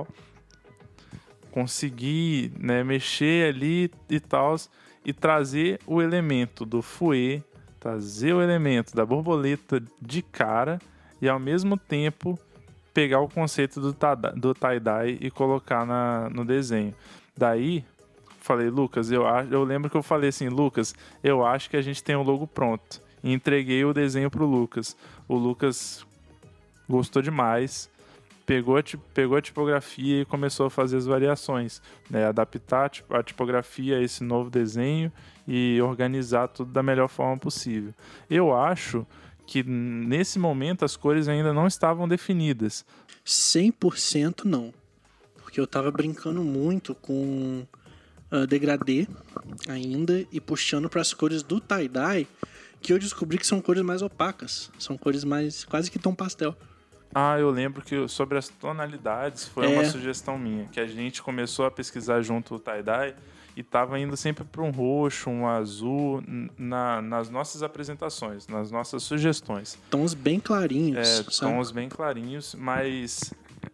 Speaker 3: Consegui, né, mexer ali e tal, e trazer o elemento do fouet, trazer o elemento da borboleta de cara e ao mesmo tempo pegar o conceito do tie-dye e colocar no desenho. Daí falei, Lucas, eu lembro que eu falei assim, Lucas, eu acho que a gente tem o logo pronto. E entreguei o desenho pro Lucas. O Lucas gostou demais, pegou a tipografia e começou a fazer as variações, né? Adaptar a tipografia a esse novo desenho e organizar tudo da melhor forma possível. Eu acho que nesse momento as cores ainda não estavam definidas.
Speaker 1: 100% não. Porque eu tava brincando muito com degradê ainda e puxando para as cores do tie-dye, que eu descobri que são cores mais opacas. São cores mais quase que tom pastel.
Speaker 3: Eu lembro que sobre as tonalidades foi uma sugestão minha, que a gente começou a pesquisar junto o tie-dye e tava indo sempre para um roxo, um azul nas nossas apresentações, nas nossas sugestões.
Speaker 1: Tons bem clarinhos.
Speaker 3: Tons bem clarinhos, mas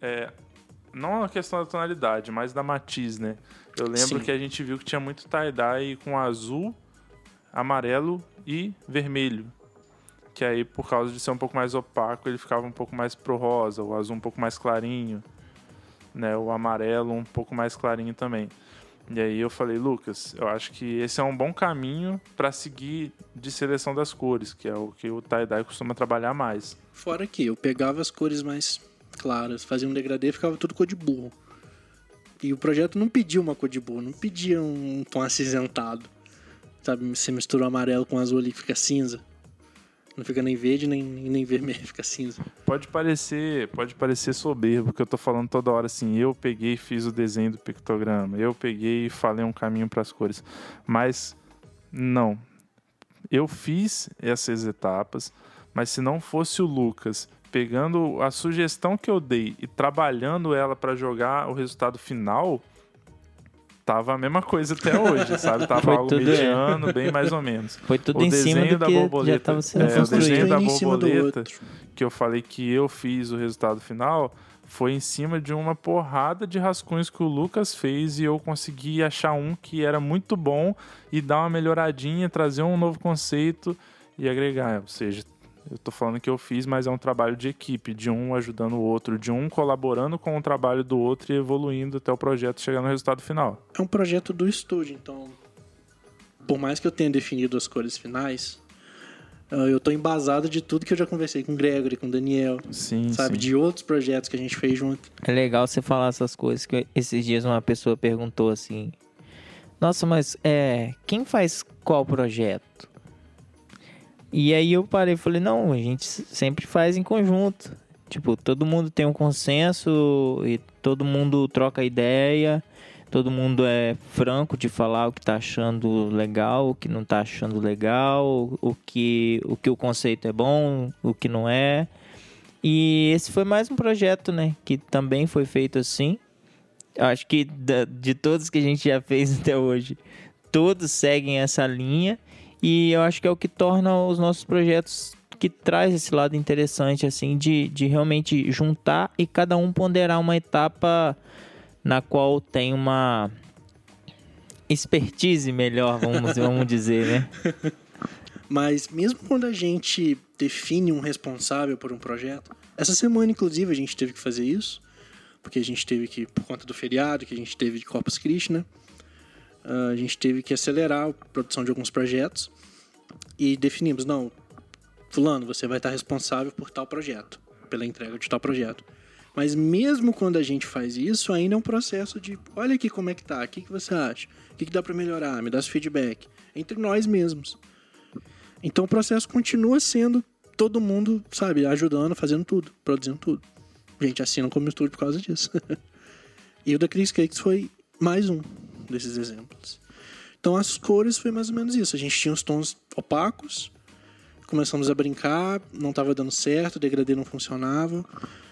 Speaker 3: não a questão da tonalidade, mas da matiz, né? Eu lembro que a gente viu que tinha muito tie-dye com azul, amarelo e vermelho. Que aí, por causa de ser um pouco mais opaco, ele ficava um pouco mais pro rosa, o azul um pouco mais clarinho, né? O amarelo um pouco mais clarinho também. E aí eu falei, Lucas, eu acho que esse é um bom caminho para seguir de seleção das cores, que é o que o tie-dye costuma trabalhar mais.
Speaker 1: Fora que eu pegava as cores mais claras, fazia um degradê e ficava tudo cor de burro. E o projeto não pedia uma cor de burro, não pedia um tom acinzentado. Sabe, você mistura o amarelo com o azul ali que fica cinza. Não fica nem verde, nem vermelho, fica cinza.
Speaker 3: Pode parecer soberbo, que eu tô falando toda hora assim, eu peguei e fiz o desenho do pictograma, eu peguei e falei um caminho para as cores. Mas, não. Eu fiz essas etapas, mas se não fosse o Lucas pegando a sugestão que eu dei e trabalhando ela para jogar o resultado final, tava a mesma coisa até hoje, sabe? Tava algo mediano, bem mais ou menos.
Speaker 2: Foi tudo em cima do que já estava sendo construído.
Speaker 3: O desenho da borboleta, que eu falei que eu fiz o resultado final, foi em cima de uma porrada de rascunhos que o Lucas fez e eu consegui achar um que era muito bom e dar uma melhoradinha, trazer um novo conceito e agregar. Ou seja, eu tô falando que eu fiz, mas é um trabalho de equipe, de um ajudando o outro, de um colaborando com o trabalho do outro e evoluindo até o projeto chegar no resultado final.
Speaker 1: É um projeto do estúdio, então, por mais que eu tenha definido as cores finais, eu tô embasado de tudo que eu já conversei com o Gregory, com o Daniel, sabe? De outros projetos que a gente fez junto.
Speaker 2: É legal você falar essas coisas, que esses dias uma pessoa perguntou assim, nossa, mas quem faz qual projeto? E aí eu parei e falei, não, a gente sempre faz em conjunto. Tipo, todo mundo tem um consenso e todo mundo troca ideia, todo mundo é franco de falar o que tá achando legal, o que não tá achando legal, o que o conceito é bom, o que não é. E esse foi mais um projeto, né, que também foi feito assim. Eu acho que de todos que a gente já fez até hoje, todos seguem essa linha e eu acho que é o que torna os nossos projetos, que traz esse lado interessante, assim, de realmente juntar e cada um ponderar uma etapa na qual tem uma expertise melhor, vamos dizer, né?
Speaker 1: Mas mesmo quando a gente define um responsável por um projeto, essa semana, inclusive, a gente teve que fazer isso, porque a gente teve que, por conta do feriado que a gente teve de Corpus Christi, né? A gente teve que acelerar a produção de alguns projetos e definimos, não, fulano, você vai estar responsável por tal projeto, pela entrega de tal projeto. Mas mesmo quando a gente faz isso, ainda é um processo de, olha aqui como é que tá, o que você acha? O que dá para melhorar? Me dá seu feedback. Entre nós mesmos. Então o processo continua sendo todo mundo, sabe, ajudando, fazendo tudo, produzindo tudo. A gente assina como estúdio por causa disso. E o da Chris Cakes foi mais um desses exemplos. Então as cores foi mais ou menos isso. A gente tinha os tons opacos, começamos a brincar, não estava dando certo, o degradê não funcionava.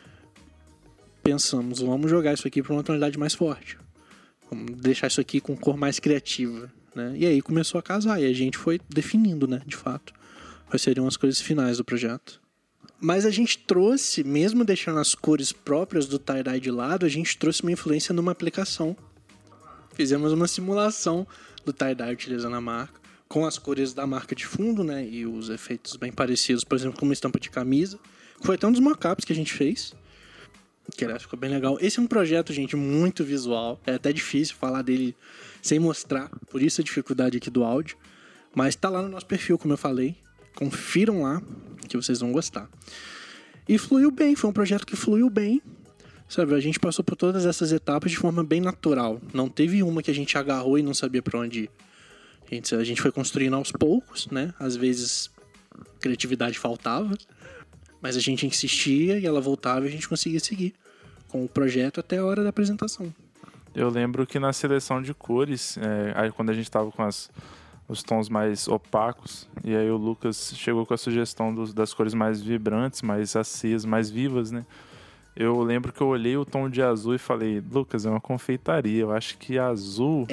Speaker 1: Pensamos, vamos jogar isso aqui para uma tonalidade mais forte. Vamos deixar isso aqui com cor mais criativa, né? E aí começou a casar, e a gente foi definindo, né, de fato, quais seriam as cores finais do projeto. Mas a gente trouxe, mesmo deixando as cores próprias do tie-dye de lado, a gente trouxe uma influência numa aplicação. Fizemos uma simulação do tie-dye utilizando a marca, com as cores da marca de fundo, né, e os efeitos bem parecidos, por exemplo, com uma estampa de camisa. Foi até um dos mockups que a gente fez, que ficou bem legal. Esse é um projeto, gente, muito visual. É até difícil falar dele sem mostrar, por isso a dificuldade aqui do áudio. Mas tá lá no nosso perfil, como eu falei. Confiram lá, que vocês vão gostar. E fluiu bem, foi um projeto que fluiu bem. Sabe, a gente passou por todas essas etapas de forma bem natural. Não teve uma que a gente agarrou e não sabia pra onde ir. A gente foi construindo aos poucos, né? Às vezes, criatividade faltava. Mas a gente insistia e ela voltava e a gente conseguia seguir com o projeto até a hora da apresentação.
Speaker 3: Eu lembro que na seleção de cores, aí quando a gente estava com os tons mais opacos, e aí o Lucas chegou com a sugestão das cores mais vibrantes, mais acesas, mais vivas, né? Eu lembro que eu olhei o tom de azul e falei, Lucas, é uma confeitaria, eu acho que azul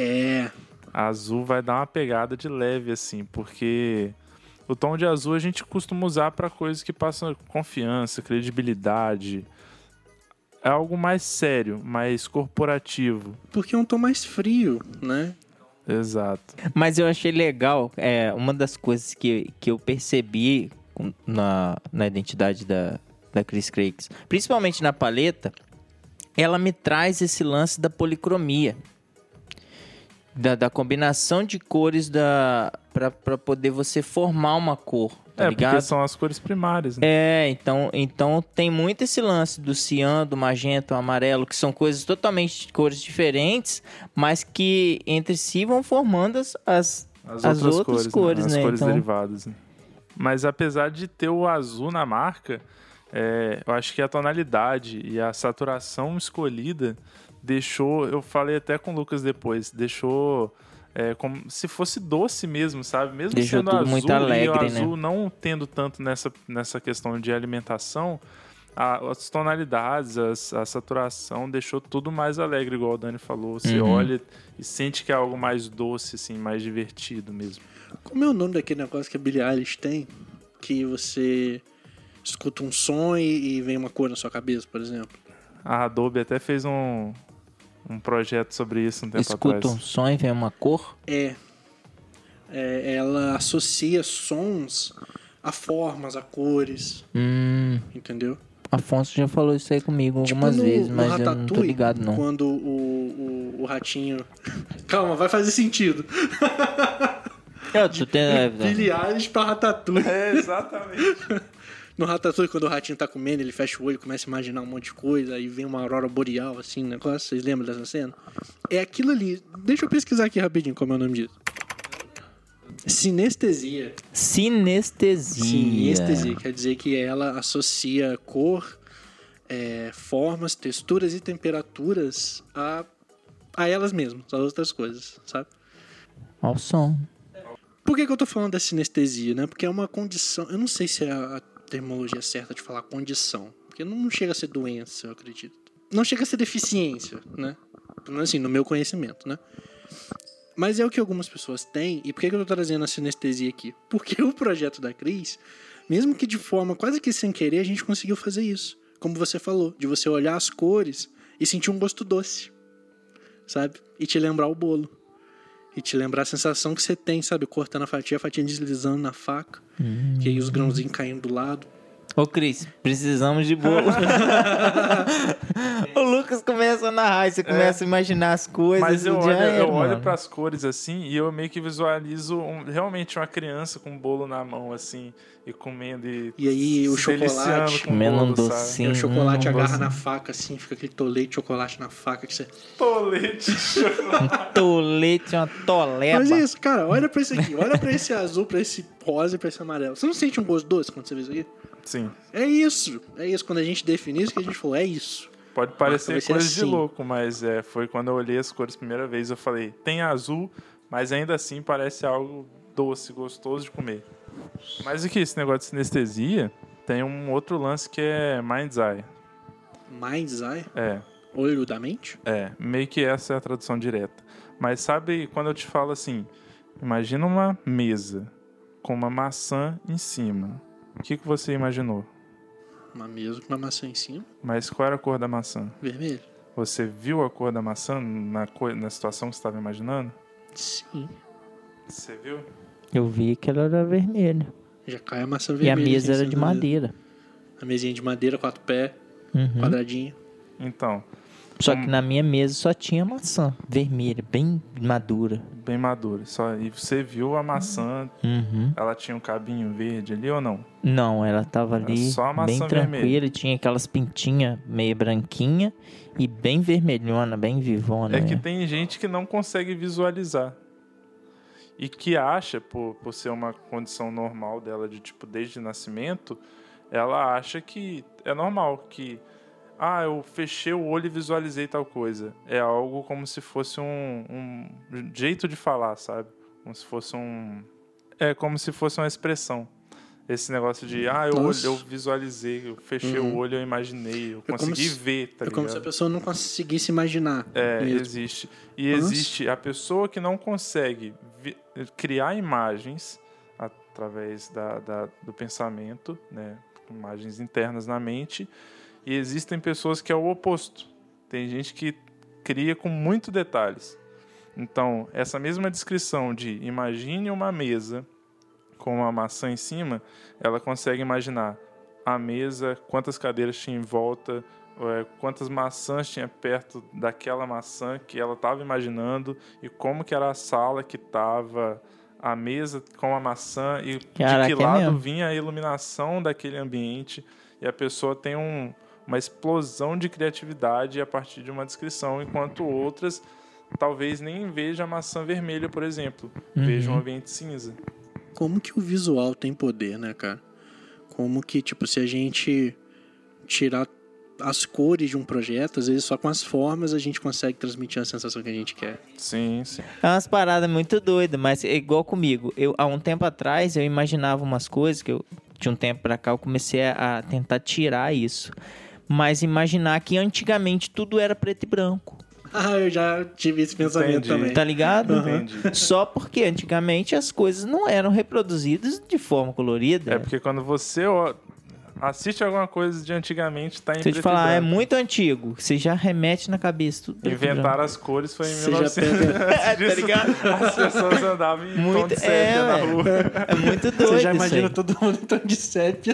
Speaker 3: vai dar uma pegada de leve, assim, porque o tom de azul a gente costuma usar para coisas que passam confiança, credibilidade. É algo mais sério, mais corporativo.
Speaker 1: Porque é um tom mais frio, né?
Speaker 3: Exato.
Speaker 2: Mas eu achei legal, uma das coisas que eu percebi na identidade da Chris Cakes, principalmente na paleta, ela me traz esse lance da policromia. Da combinação de cores para poder você formar uma cor, tá ligado?
Speaker 3: Porque são as cores primárias, né?
Speaker 2: Então tem muito esse lance do cian, do magenta, do amarelo, que são coisas totalmente cores diferentes, mas que entre si vão formando as outras cores, né?
Speaker 3: As cores derivadas, né? Mas apesar de ter o azul na marca, eu acho que a tonalidade e a saturação escolhida deixou, eu falei até com o Lucas depois, deixou como se fosse doce mesmo, sabe? Mesmo
Speaker 2: deixou
Speaker 3: sendo
Speaker 2: tudo
Speaker 3: azul,
Speaker 2: muito alegre,
Speaker 3: e o azul,
Speaker 2: né?
Speaker 3: não tendo tanto nessa questão de alimentação, as tonalidades, a saturação deixou tudo mais alegre, igual o Dani falou. Você olha e sente que é algo mais doce, assim, mais divertido mesmo.
Speaker 1: Como é o nome daquele negócio que a Billie Eilish tem? Que você escuta um som e vem uma cor na sua cabeça, por exemplo.
Speaker 3: A Adobe até fez um projeto sobre isso um tempo atrás.
Speaker 2: Escuta um som e vem uma cor?
Speaker 1: Ela associa sons a formas, a cores. Entendeu?
Speaker 2: Afonso já falou isso aí comigo algumas vezes, mas eu não tô ligado, não.
Speaker 1: Quando o ratinho... Calma, vai fazer sentido.
Speaker 2: Eu tô tendo...
Speaker 1: Billie Eilish pra Ratatouille.
Speaker 3: Exatamente.
Speaker 1: No Ratatouille, quando o ratinho tá comendo, ele fecha o olho, começa a imaginar um monte de coisa, aí vem uma aurora boreal, assim, negócio. Vocês lembram dessa cena? É aquilo ali. Deixa eu pesquisar aqui rapidinho como é o nome disso. Sinestesia. Sinestesia. Quer dizer que ela associa cor, formas, texturas e temperaturas a elas mesmas, a outras coisas, sabe?
Speaker 2: Ao som.
Speaker 1: Por que eu tô falando da sinestesia, né? Porque é uma condição... Eu não sei se é a terminologia certa de falar condição. Porque não chega a ser doença, eu acredito. Não chega a ser deficiência, né? Assim, no meu conhecimento, né? Mas é o que algumas pessoas têm. E por que eu tô trazendo a sinestesia aqui? Porque o projeto da Cris, mesmo que de forma quase que sem querer, a gente conseguiu fazer isso. Como você falou, de você olhar as cores e sentir um gosto doce, sabe? E te lembrar o bolo. E te lembrar a sensação que você tem, sabe? Cortando a fatia deslizando na faca. Que aí os grãozinhos caindo do lado.
Speaker 2: Ô, Cris, precisamos de bolo. O Lucas começa a narrar e você começa a imaginar as coisas.
Speaker 3: Mas eu olho
Speaker 2: mano.
Speaker 3: pras cores assim e eu meio que visualizo realmente uma criança com um bolo na mão assim e comendo
Speaker 1: e aí o chocolate
Speaker 2: comendo um docinho.
Speaker 1: E o chocolate agarra na faca assim, fica aquele tolete de chocolate na faca que você...
Speaker 3: Tolete de chocolate.
Speaker 2: Um tolete, uma toleba.
Speaker 1: Mas é isso, cara, olha pra esse aqui, olha pra esse azul, pra esse rosa e pra esse amarelo. Você não sente um gosto doce quando você vê isso aqui?
Speaker 3: Sim.
Speaker 1: É isso. Quando a gente define isso, que a gente falou, é isso.
Speaker 3: Pode parecer coisa
Speaker 1: assim.
Speaker 3: de louco, mas foi quando eu olhei as cores a primeira vez, eu falei, tem azul, mas ainda assim parece algo doce, gostoso de comer. Mas aqui, esse negócio de sinestesia, tem um outro lance que é Mind's Eye.
Speaker 1: Mind's Eye?
Speaker 3: É.
Speaker 1: Olho da mente?
Speaker 3: Meio que essa é a tradução direta. Mas sabe quando eu te falo assim, imagina uma mesa com uma maçã em cima. O que você imaginou?
Speaker 1: Uma mesa com uma maçã em cima.
Speaker 3: Mas qual era a cor da maçã?
Speaker 1: Vermelho.
Speaker 3: Você viu a cor da maçã na situação que você estava imaginando?
Speaker 1: Sim.
Speaker 3: Você viu?
Speaker 2: Eu vi que ela era vermelha.
Speaker 1: Já cai a maçã vermelha.
Speaker 2: E a mesa era de madeira.
Speaker 1: A mesinha de madeira, 4 pés, quadradinho.
Speaker 3: Então.
Speaker 2: Só que na minha mesa só tinha maçã vermelha, bem madura.
Speaker 3: Bem madura. E você viu a maçã, ela tinha um cabinho verde ali ou não?
Speaker 2: Não, ela tava ali
Speaker 3: só a maçã
Speaker 2: bem tranquila,
Speaker 3: vermelha.
Speaker 2: Tinha aquelas pintinhas meio branquinha e bem vermelhona, bem vivona.
Speaker 3: É que tem gente que não consegue visualizar. E que acha, por ser uma condição normal dela, de tipo, desde nascimento, ela acha que é normal, que eu fechei o olho e visualizei tal coisa. É algo como se fosse um jeito de falar, sabe? Como se fosse como se fosse uma expressão. Esse negócio de, eu visualizei, eu fechei o olho, eu imaginei, eu consegui ver, tá ligado?
Speaker 1: É como se a pessoa não conseguisse imaginar.
Speaker 3: Existe. E existe a pessoa que não consegue criar imagens através do pensamento, né? Imagens internas na mente. E existem pessoas que é o oposto. Tem gente que cria com muitos detalhes. Então, essa mesma descrição de imagine uma mesa com uma maçã em cima, ela consegue imaginar a mesa, quantas cadeiras tinha em volta, quantas maçãs tinha perto daquela maçã que ela estava imaginando e como que era a sala que estava a mesa com a maçã e de que lado vinha a iluminação daquele ambiente. E a pessoa tem uma explosão de criatividade a partir de uma descrição, enquanto outras talvez nem vejam a maçã vermelha, por exemplo. Vejam um ambiente cinza.
Speaker 1: Como que o visual tem poder, né, cara? Como que, tipo, se a gente tirar as cores de um projeto, às vezes só com as formas a gente consegue transmitir a sensação que a gente quer.
Speaker 3: Sim, sim.
Speaker 2: É umas paradas muito doidas, mas é igual comigo. Há um tempo atrás, eu imaginava umas coisas que de um tempo pra cá, eu comecei a tentar tirar isso. Mas imaginar que antigamente tudo era preto e branco.
Speaker 1: Eu já tive esse pensamento também.
Speaker 2: Tá ligado?
Speaker 3: Entendi.
Speaker 2: Só porque antigamente as coisas não eram reproduzidas de forma colorida.
Speaker 3: É porque quando você assiste alguma coisa de antigamente, tá em
Speaker 2: Você
Speaker 3: preto
Speaker 2: te
Speaker 3: e
Speaker 2: falar,
Speaker 3: branco.
Speaker 2: é muito antigo. Você já remete na cabeça tudo.
Speaker 3: Inventaram as cores foi em
Speaker 1: Você
Speaker 3: 1900.
Speaker 2: Tá ligado?
Speaker 3: As pessoas andavam em tom de sépia na rua.
Speaker 2: É muito doido.
Speaker 1: Você já
Speaker 2: isso
Speaker 1: imagina
Speaker 2: aí.
Speaker 1: todo mundo em tom de sépia.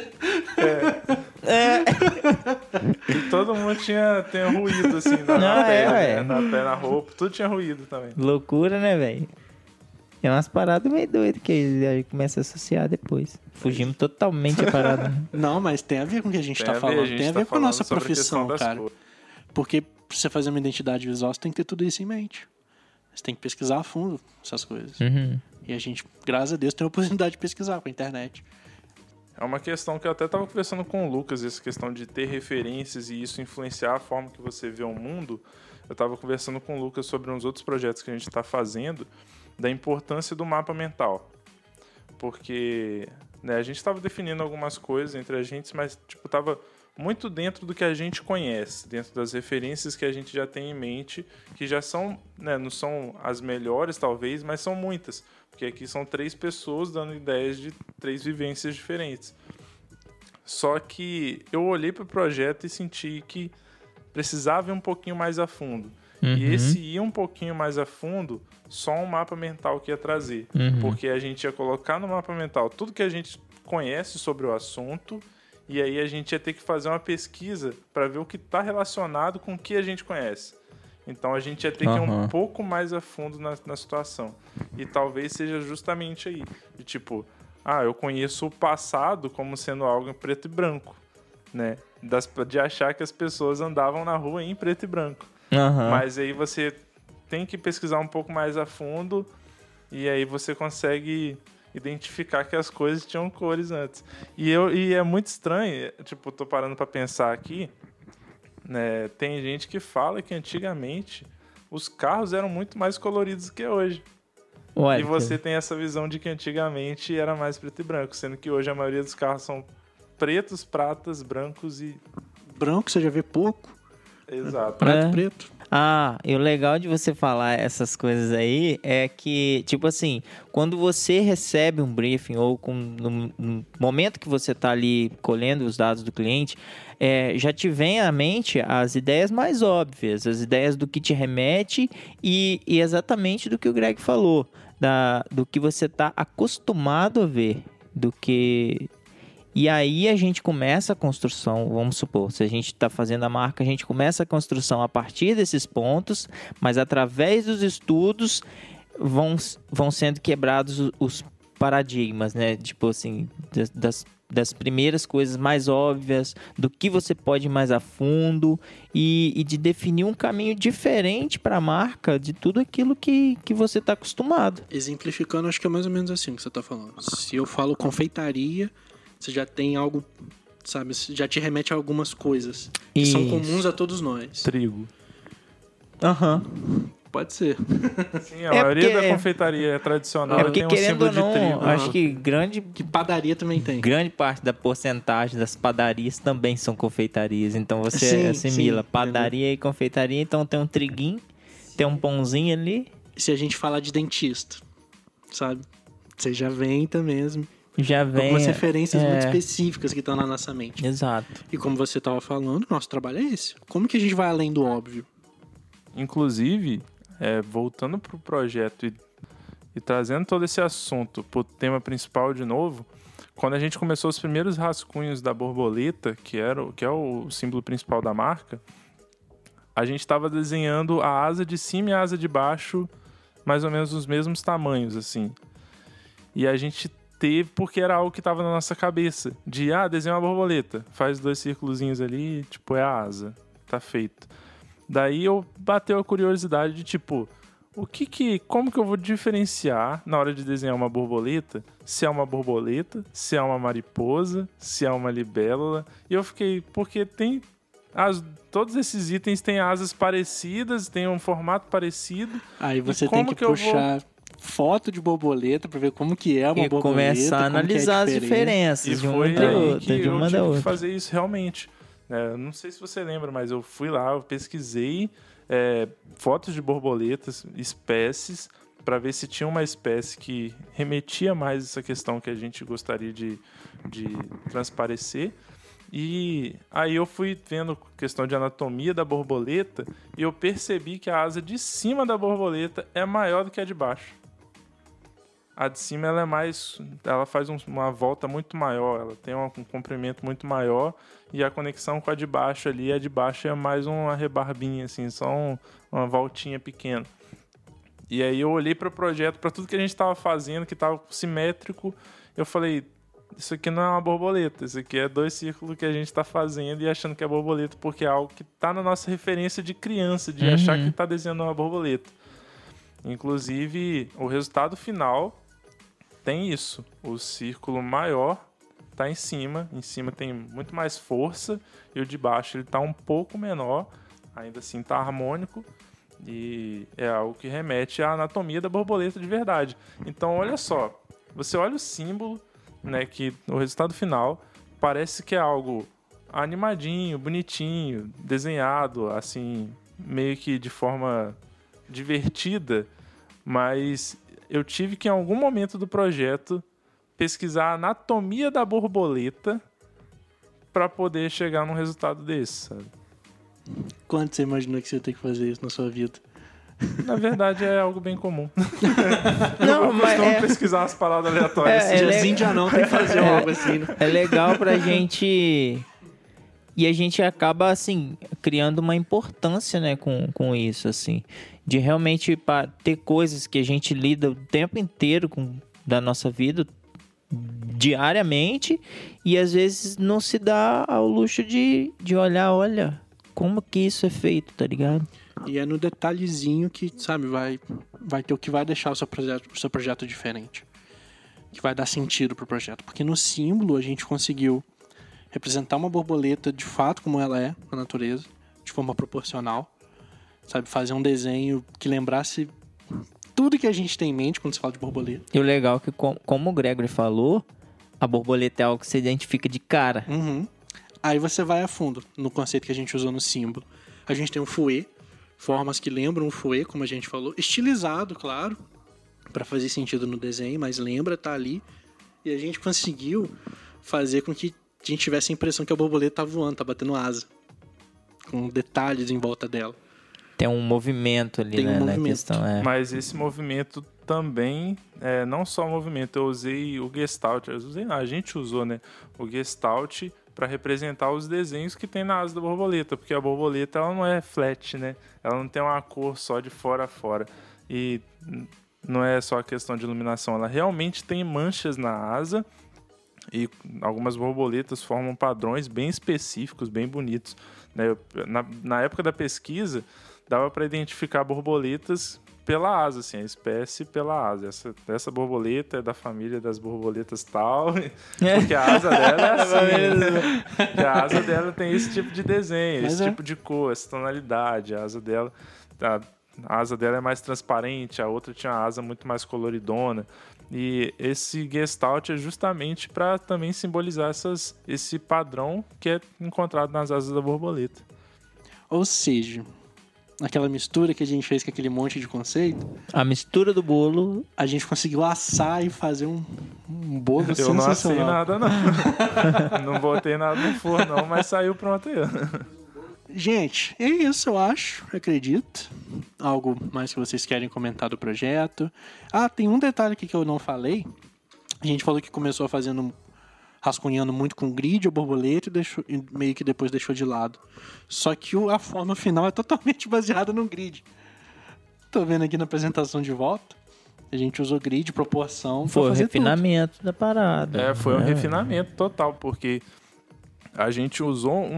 Speaker 3: E todo mundo tem ruído, assim, na pele, na roupa. Tudo tinha ruído também.
Speaker 2: Loucura, né, velho? É umas paradas meio doidas que aí começa a associar depois. Fugimos totalmente a parada.
Speaker 1: Não, mas tem a ver com o que a gente tá falando. Tem a ver com a nossa profissão, cara. Porque pra você fazer uma identidade visual, você tem que ter tudo isso em mente. Você tem que pesquisar a fundo essas coisas. E a gente, graças a Deus, tem a oportunidade de pesquisar com a internet.
Speaker 3: É uma questão que eu até estava conversando com o Lucas, essa questão de ter referências e isso influenciar a forma que você vê o mundo. Eu estava conversando com o Lucas sobre uns outros projetos que a gente está fazendo, da importância do mapa mental. Porque a gente estava definindo algumas coisas entre a gente, mas estava muito dentro do que a gente conhece, dentro das referências que a gente já tem em mente, que já são, né, não são as melhores talvez, mas são muitas, porque aqui são 3 pessoas dando ideias de 3 vivências diferentes. Só que eu olhei para o projeto e senti que precisava ir um pouquinho mais a fundo. E esse ir um pouquinho mais a fundo, só um mapa mental que ia trazer. Porque a gente ia colocar no mapa mental tudo que a gente conhece sobre o assunto, e aí a gente ia ter que fazer uma pesquisa para ver o que está relacionado com o que a gente conhece. Então a gente ia ter que ir um pouco mais a fundo na situação. E talvez seja justamente aí. De tipo, eu conheço o passado como sendo algo em preto e branco, né? De achar que as pessoas andavam na rua em preto e branco. Mas aí você tem que pesquisar um pouco mais a fundo e aí você consegue identificar que as coisas tinham cores antes. E é muito estranho, tipo, tô parando pra pensar aqui, né? Tem gente que fala que antigamente os carros eram muito mais coloridos que hoje.
Speaker 2: Ué,
Speaker 3: e você tem essa visão de que antigamente era mais preto e branco, sendo que hoje a maioria dos carros são pretos, pratas, brancos e...
Speaker 1: Branco você já vê pouco.
Speaker 3: Exato.
Speaker 1: Preto.
Speaker 2: E o legal de você falar essas coisas aí é que, tipo assim, quando você recebe um briefing ou no momento que você está ali colhendo os dados do cliente, já te vem à mente as ideias mais óbvias, as ideias do que te remete e exatamente do que o Greg falou, do que você está acostumado a ver, do que... E aí a gente começa a construção, vamos supor, se a gente está fazendo a marca, a gente começa a construção a partir desses pontos, mas através dos estudos vão sendo quebrados os paradigmas, né? Tipo assim, das primeiras coisas mais óbvias, do que você pode ir mais a fundo e de definir um caminho diferente para a marca de tudo aquilo que você está acostumado.
Speaker 1: Exemplificando, acho que é mais ou menos assim que você está falando. Se eu falo confeitaria... Você já tem algo, sabe? Já te remete a algumas coisas que são comuns a todos nós.
Speaker 3: Trigo.
Speaker 1: Pode ser.
Speaker 3: Sim, a maioria da confeitaria tradicional
Speaker 2: porque,
Speaker 3: tem um
Speaker 2: querendo
Speaker 3: símbolo
Speaker 2: ou não,
Speaker 3: de trigo.
Speaker 2: Acho que
Speaker 1: Que padaria também tem.
Speaker 2: Grande parte da porcentagem das padarias também são confeitarias. Então você assimila padaria e confeitaria. Então tem um triguinho, tem um pãozinho ali.
Speaker 1: Se a gente falar de dentista, sabe? Você já vem também...
Speaker 2: Já vem
Speaker 1: algumas referências muito específicas que estão na nossa mente.
Speaker 2: Exato.
Speaker 1: E como você estava falando, nosso trabalho é esse. Como que a gente vai além do óbvio?
Speaker 3: Inclusive, voltando pro projeto e trazendo todo esse assunto pro tema principal de novo, quando a gente começou os primeiros rascunhos da borboleta, que é o símbolo principal da marca, a gente estava desenhando a asa de cima e a asa de baixo, mais ou menos os mesmos tamanhos, assim. E a gente teve, porque era algo que estava na nossa cabeça, de, desenha uma borboleta, faz 2 círculozinhos ali, tipo, é a asa, tá feito. Daí bateu a curiosidade de, tipo, como que eu vou diferenciar na hora de desenhar uma borboleta, se é uma borboleta, se é uma mariposa, se é uma libélula, e eu fiquei, porque todos esses itens têm asas parecidas, têm um formato parecido.
Speaker 1: Aí você tem que puxar... foto de borboleta para ver como que é uma borboleta.
Speaker 2: E começar a analisar as diferenças de uma da outra.
Speaker 3: Eu tive que fazer isso realmente. Não sei se você lembra, mas eu fui lá, eu pesquisei fotos de borboletas, espécies, para ver se tinha uma espécie que remetia mais essa questão que a gente gostaria de transparecer. E aí eu fui vendo questão de anatomia da borboleta e eu percebi que a asa de cima da borboleta é maior do que a de baixo. A de cima ela faz uma volta muito maior, ela tem um comprimento muito maior e a conexão com a de baixo ali, a de baixo é mais uma rebarbinha, assim, só uma voltinha pequena. E aí eu olhei para o projeto, para tudo que a gente estava fazendo, que estava simétrico, eu falei, isso aqui não é uma borboleta, isso aqui é 2 círculos que a gente está fazendo e achando que é borboleta, porque é algo que está na nossa referência de criança, de achar que está desenhando uma borboleta. Inclusive, o resultado final tem isso. O círculo maior está em cima tem muito mais força, e o de baixo está um pouco menor, ainda assim está harmônico, e é algo que remete à anatomia da borboleta de verdade. Então, olha só, você olha o símbolo, né, que o resultado final parece que é algo animadinho, bonitinho, desenhado, assim, meio que de forma divertida, mas eu tive que, em algum momento do projeto, pesquisar a anatomia da borboleta para poder chegar num resultado desse, sabe?
Speaker 1: Quando você imaginou que você ia ter que fazer isso na sua vida?
Speaker 3: Na verdade, é algo bem comum.
Speaker 2: Não, mas
Speaker 3: Vamos pesquisar as palavras aleatórias.
Speaker 1: Diazinho de anão tem que fazer algo assim, né?
Speaker 2: É legal pra gente... E a gente acaba, assim, criando uma importância, né, com isso, assim. De realmente ter coisas que a gente lida o tempo inteiro da nossa vida, diariamente, e às vezes não se dá ao luxo de olhar, olha, como que isso é feito, tá ligado?
Speaker 1: E é no detalhezinho que, sabe, vai ter o que vai deixar o seu projeto diferente. Que vai dar sentido pro projeto. Porque no símbolo a gente conseguiu representar uma borboleta de fato como ela é na natureza, de forma proporcional. Sabe, fazer um desenho que lembrasse tudo que a gente tem em mente quando se fala de borboleta.
Speaker 2: E o legal é que, como o Gregory falou, a borboleta é algo que você identifica de cara.
Speaker 1: Uhum. Aí você vai a fundo no conceito que a gente usou no símbolo. A gente tem um fouet, formas que lembram um fouet, como a gente falou, estilizado, claro, para fazer sentido no desenho, mas lembra, tá ali. E a gente conseguiu fazer com que a gente tivesse a impressão que a borboleta tá voando, tá batendo asa, com detalhes em volta dela.
Speaker 2: Tem um movimento ali, né, na questão.
Speaker 3: Mas esse movimento também, não só o movimento, eu usei o Gestalt, a gente usou, né, o Gestalt para representar os desenhos que tem na asa da borboleta, porque a borboleta ela não é flat, né, ela não tem uma cor só de fora a fora, e não é só a questão de iluminação, ela realmente tem manchas na asa, e algumas borboletas formam padrões bem específicos, bem bonitos, né? Na época da pesquisa, dava para identificar borboletas pela asa, assim, a espécie pela asa. Essa borboleta é da família das borboletas tal, porque a asa dela é assim. Porque a asa dela tem esse tipo de desenho, esse tipo de cor, essa tonalidade. A asa dela é mais transparente, a outra tinha uma asa muito mais coloridona. E esse Gestalt é justamente para também simbolizar esse padrão que é encontrado nas asas da borboleta.
Speaker 1: Ou seja, aquela mistura que a gente fez com aquele monte de conceito,
Speaker 2: a mistura do bolo,
Speaker 1: a gente conseguiu assar e fazer um bolo
Speaker 3: eu não assei
Speaker 1: sensacional.
Speaker 3: nada, não. Não botei nada no forno, não, mas saiu pronto aí.
Speaker 1: Gente, é isso, eu acho, acredito. Algo mais que vocês querem comentar do projeto? Ah, tem um detalhe aqui que eu não falei. A gente falou que começou rascunhando muito com grid ou borboleta e meio que depois deixou de lado. Só que a forma final é totalmente baseada no grid. Tô vendo aqui na apresentação de volta. A gente usou grid, proporção.
Speaker 2: Foi o refinamento da parada.
Speaker 3: Foi um refinamento total, porque a gente usou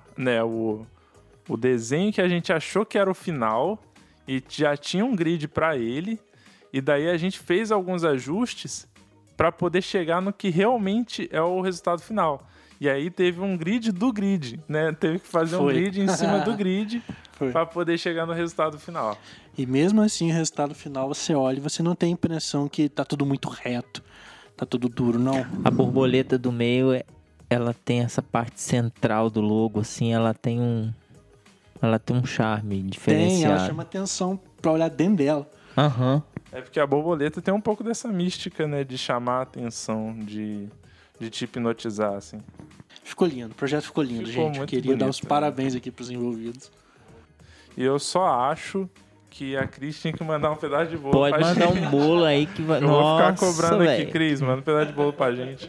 Speaker 3: o desenho que a gente achou que era o final e já tinha um grid para ele, e daí a gente fez alguns ajustes para poder chegar no que realmente é o resultado final. E aí teve um grid do grid, né? Teve que fazer um grid em cima do grid para poder chegar no resultado final.
Speaker 1: E mesmo assim, o resultado final, você olha e você não tem a impressão que tá tudo muito reto, tá tudo duro, não.
Speaker 2: A borboleta do meio, ela tem essa parte central do logo, assim, ela tem um charme diferenciado.
Speaker 1: Ela chama atenção pra olhar dentro dela.
Speaker 2: Aham.
Speaker 3: É porque a borboleta tem um pouco dessa mística, né? De chamar a atenção, de te hipnotizar, assim.
Speaker 1: Ficou lindo, o projeto ficou lindo, gente. Eu queria dar os parabéns aqui pros envolvidos.
Speaker 3: E eu só acho que a Cris tinha que mandar um pedaço de bolo
Speaker 2: pra gente. Pode mandar um bolo aí que vai...
Speaker 3: Eu vou ficar cobrando aqui, Cris. Manda um pedaço de bolo pra gente.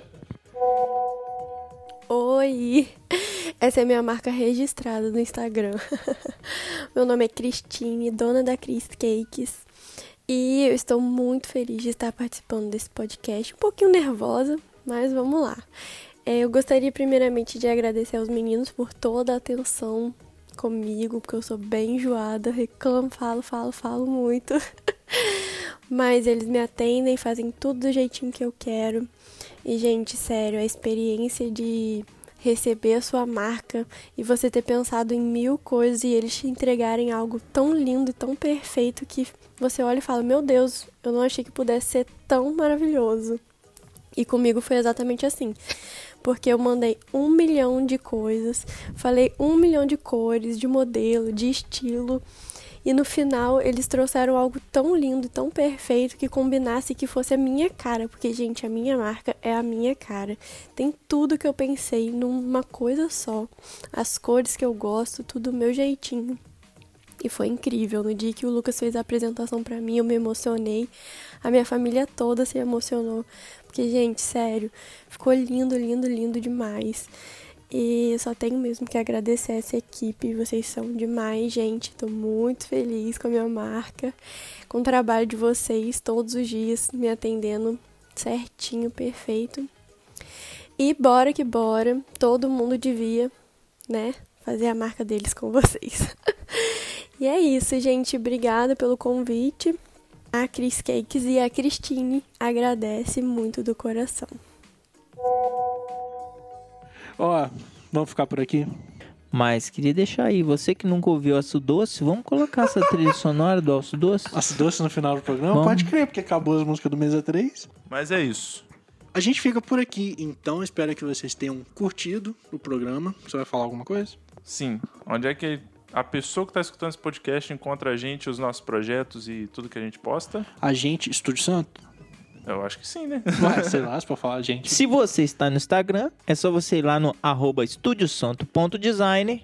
Speaker 4: Oi! Essa é a minha marca registrada no Instagram. Meu nome é Cristine, dona da Cris Cakes. E eu estou muito feliz de estar participando desse podcast. Um pouquinho nervosa, mas vamos lá. Eu gostaria primeiramente de agradecer aos meninos por toda a atenção comigo, porque eu sou bem enjoada, reclamo, falo muito. Mas eles me atendem, fazem tudo do jeitinho que eu quero. E, gente, sério, a experiência de receber a sua marca e você ter pensado em 1000 coisas e eles te entregarem algo tão lindo e tão perfeito que você olha e fala, meu Deus, eu não achei que pudesse ser tão maravilhoso. E comigo foi exatamente assim. porque eu mandei 1 milhão de coisas, falei 1 milhão de cores, de modelo, de estilo, e no final eles trouxeram algo tão lindo, tão perfeito, que combinasse e que fosse a minha cara, porque, gente, a minha marca é a minha cara. Tem tudo que eu pensei numa coisa só, as cores que eu gosto, tudo do meu jeitinho. E foi incrível. No dia que o Lucas fez a apresentação pra mim, eu me emocionei. A minha família toda se emocionou. Porque, gente, sério, ficou lindo, lindo, lindo demais. E eu só tenho mesmo que agradecer essa equipe. Vocês são demais, gente. Tô muito feliz com a minha marca, com o trabalho de vocês todos os dias, me atendendo certinho, perfeito. E bora que bora. Todo mundo devia, né, fazer a marca deles com vocês. E é isso, gente. Obrigada pelo convite. A Cris Cakes e a Cristine agradece muito do coração.
Speaker 1: Ó, vamos ficar por aqui?
Speaker 2: Mas queria deixar aí, você que nunca ouviu Aço Doce, vamos colocar essa trilha sonora do Aço Doce?
Speaker 1: Aço Doce no final do programa?
Speaker 2: Vamos.
Speaker 1: Pode crer, porque acabou as músicas do Mesa 3.
Speaker 3: Mas é isso.
Speaker 1: A gente fica por aqui, então espero que vocês tenham curtido o programa. Você vai falar alguma coisa?
Speaker 3: Sim. Onde é que a pessoa que está escutando esse podcast encontra a gente, os nossos projetos e tudo que a gente posta?
Speaker 1: A gente, Estúdio Santo?
Speaker 3: Eu acho que sim, né?
Speaker 1: Ué, sei lá, se pode falar a gente.
Speaker 2: Se você está no Instagram, é só você ir lá no @estudiosanto.design.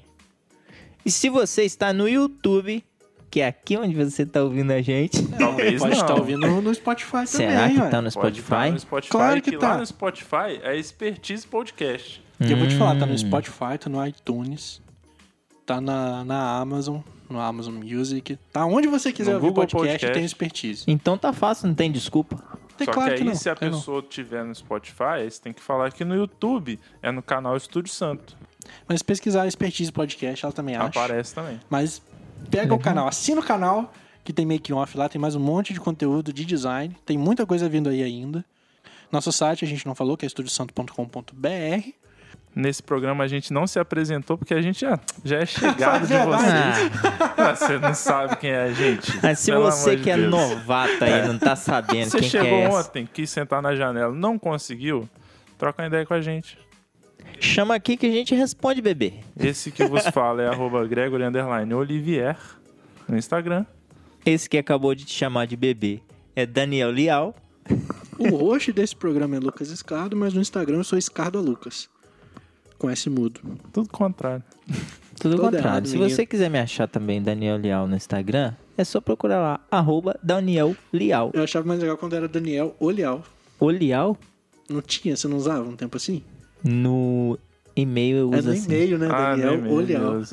Speaker 2: E se você está no YouTube, que é aqui onde você está ouvindo a gente...
Speaker 3: Talvez
Speaker 1: Pode
Speaker 3: não.
Speaker 1: estar ouvindo no Spotify
Speaker 2: Será
Speaker 1: também,
Speaker 2: que
Speaker 1: ué.
Speaker 2: tá no
Speaker 3: Pode estar
Speaker 2: Spotify?
Speaker 3: no Spotify,
Speaker 1: Claro que tá.
Speaker 3: lá no Spotify é Expertise Podcast.
Speaker 1: E eu vou te falar, tá no Spotify, tá no iTunes, tá na Amazon, no Amazon Music, tá onde você quiser
Speaker 3: No
Speaker 1: ouvir
Speaker 3: Google
Speaker 1: podcast,
Speaker 3: Podcast.
Speaker 1: tem Expertise.
Speaker 2: Então tá fácil, não tem desculpa.
Speaker 1: Tem,
Speaker 3: Só
Speaker 1: claro
Speaker 3: que aí,
Speaker 1: não,
Speaker 3: se a
Speaker 1: tem não.
Speaker 3: pessoa tiver no Spotify, aí você tem que falar que no YouTube é no canal Estúdio Santo.
Speaker 1: Mas se pesquisar Expertise Podcast, ela também acha.
Speaker 3: Aparece também.
Speaker 1: Mas pega o canal, assina o canal, que tem making off lá, tem mais um monte de conteúdo de design, tem muita coisa vindo aí ainda. Nosso site a gente não falou, que é estudiosanto.com.br.
Speaker 3: Nesse programa a gente não se apresentou porque a gente já é chegado de
Speaker 1: Verdade.
Speaker 3: vocês. Ah, você não sabe quem é a gente.
Speaker 2: Mas se
Speaker 3: Pelo
Speaker 2: você
Speaker 3: amor de
Speaker 2: que é
Speaker 3: Deus.
Speaker 2: novato aí, não tá sabendo
Speaker 3: Você
Speaker 2: quem que
Speaker 3: chegou
Speaker 2: é essa,
Speaker 3: ontem, quis sentar na janela, não conseguiu, troca uma ideia com a gente.
Speaker 2: chama aqui que a gente responde, bebê.
Speaker 3: Esse que vos fala é @Gregory_Olivier no Instagram.
Speaker 2: Esse que acabou de te chamar de bebê é Daniel Lial.
Speaker 1: O host desse programa é Lucas Escardo, mas no Instagram eu sou Escardo Lucas. Com S mudo.
Speaker 3: Tudo contrário.
Speaker 2: Tudo
Speaker 1: Todo
Speaker 2: contrário.
Speaker 1: errado,
Speaker 2: Se
Speaker 1: menino.
Speaker 2: você quiser me achar também, Daniel Lial, no Instagram, é só procurar lá, @Daniel Lial.
Speaker 1: Eu achava mais legal quando era Daniel Olial.
Speaker 2: O Lial,
Speaker 1: Não tinha? Você não usava um tempo assim?
Speaker 2: no e-mail eu
Speaker 1: É
Speaker 2: uso
Speaker 1: no
Speaker 2: assim.
Speaker 1: e-mail, né? Daniel
Speaker 3: meu
Speaker 1: Olial.
Speaker 3: Deus.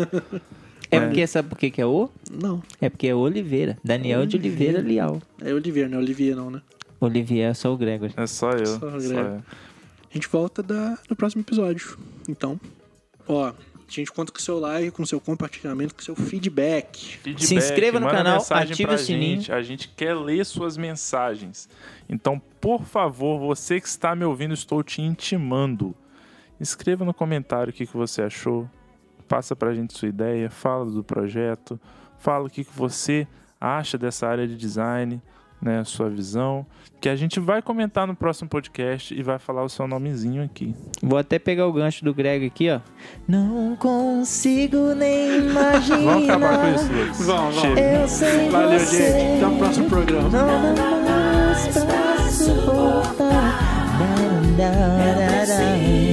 Speaker 2: É porque, sabe por que que é o?
Speaker 1: Não,
Speaker 2: É porque é Oliveira. Daniel de Oliveira Lial.
Speaker 1: é Olivier, não é Olivier não, né?
Speaker 2: Olivier é só o Gregory.
Speaker 3: É só eu.
Speaker 1: Só o
Speaker 3: Só
Speaker 1: Greg.
Speaker 3: eu.
Speaker 1: A gente volta no próximo episódio. Então, ó, a gente conta com o seu like, com o seu compartilhamento, com o seu feedback.
Speaker 3: Feedback,
Speaker 2: Se inscreva no
Speaker 3: manda
Speaker 2: canal,
Speaker 3: mensagem
Speaker 2: ative
Speaker 3: pra
Speaker 2: o sininho.
Speaker 3: gente. A gente quer ler suas mensagens. Então, por favor, você que está me ouvindo, estou te intimando. Escreva no comentário o que você achou. Passa pra gente sua ideia, fala do projeto, fala o que você acha dessa área de design, né, sua visão, que a gente vai comentar no próximo podcast e vai falar o seu nomezinho aqui.
Speaker 2: Vou até pegar o gancho do Greg aqui, ó. Não consigo nem imaginar.
Speaker 3: Vamos acabar com isso, Lucas.
Speaker 1: Vamos.
Speaker 3: Chega.
Speaker 2: Eu sei
Speaker 1: Valeu,
Speaker 2: você.
Speaker 1: gente. Até o próximo programa.
Speaker 2: Não dá mais pra suportar. Da, da, da, da.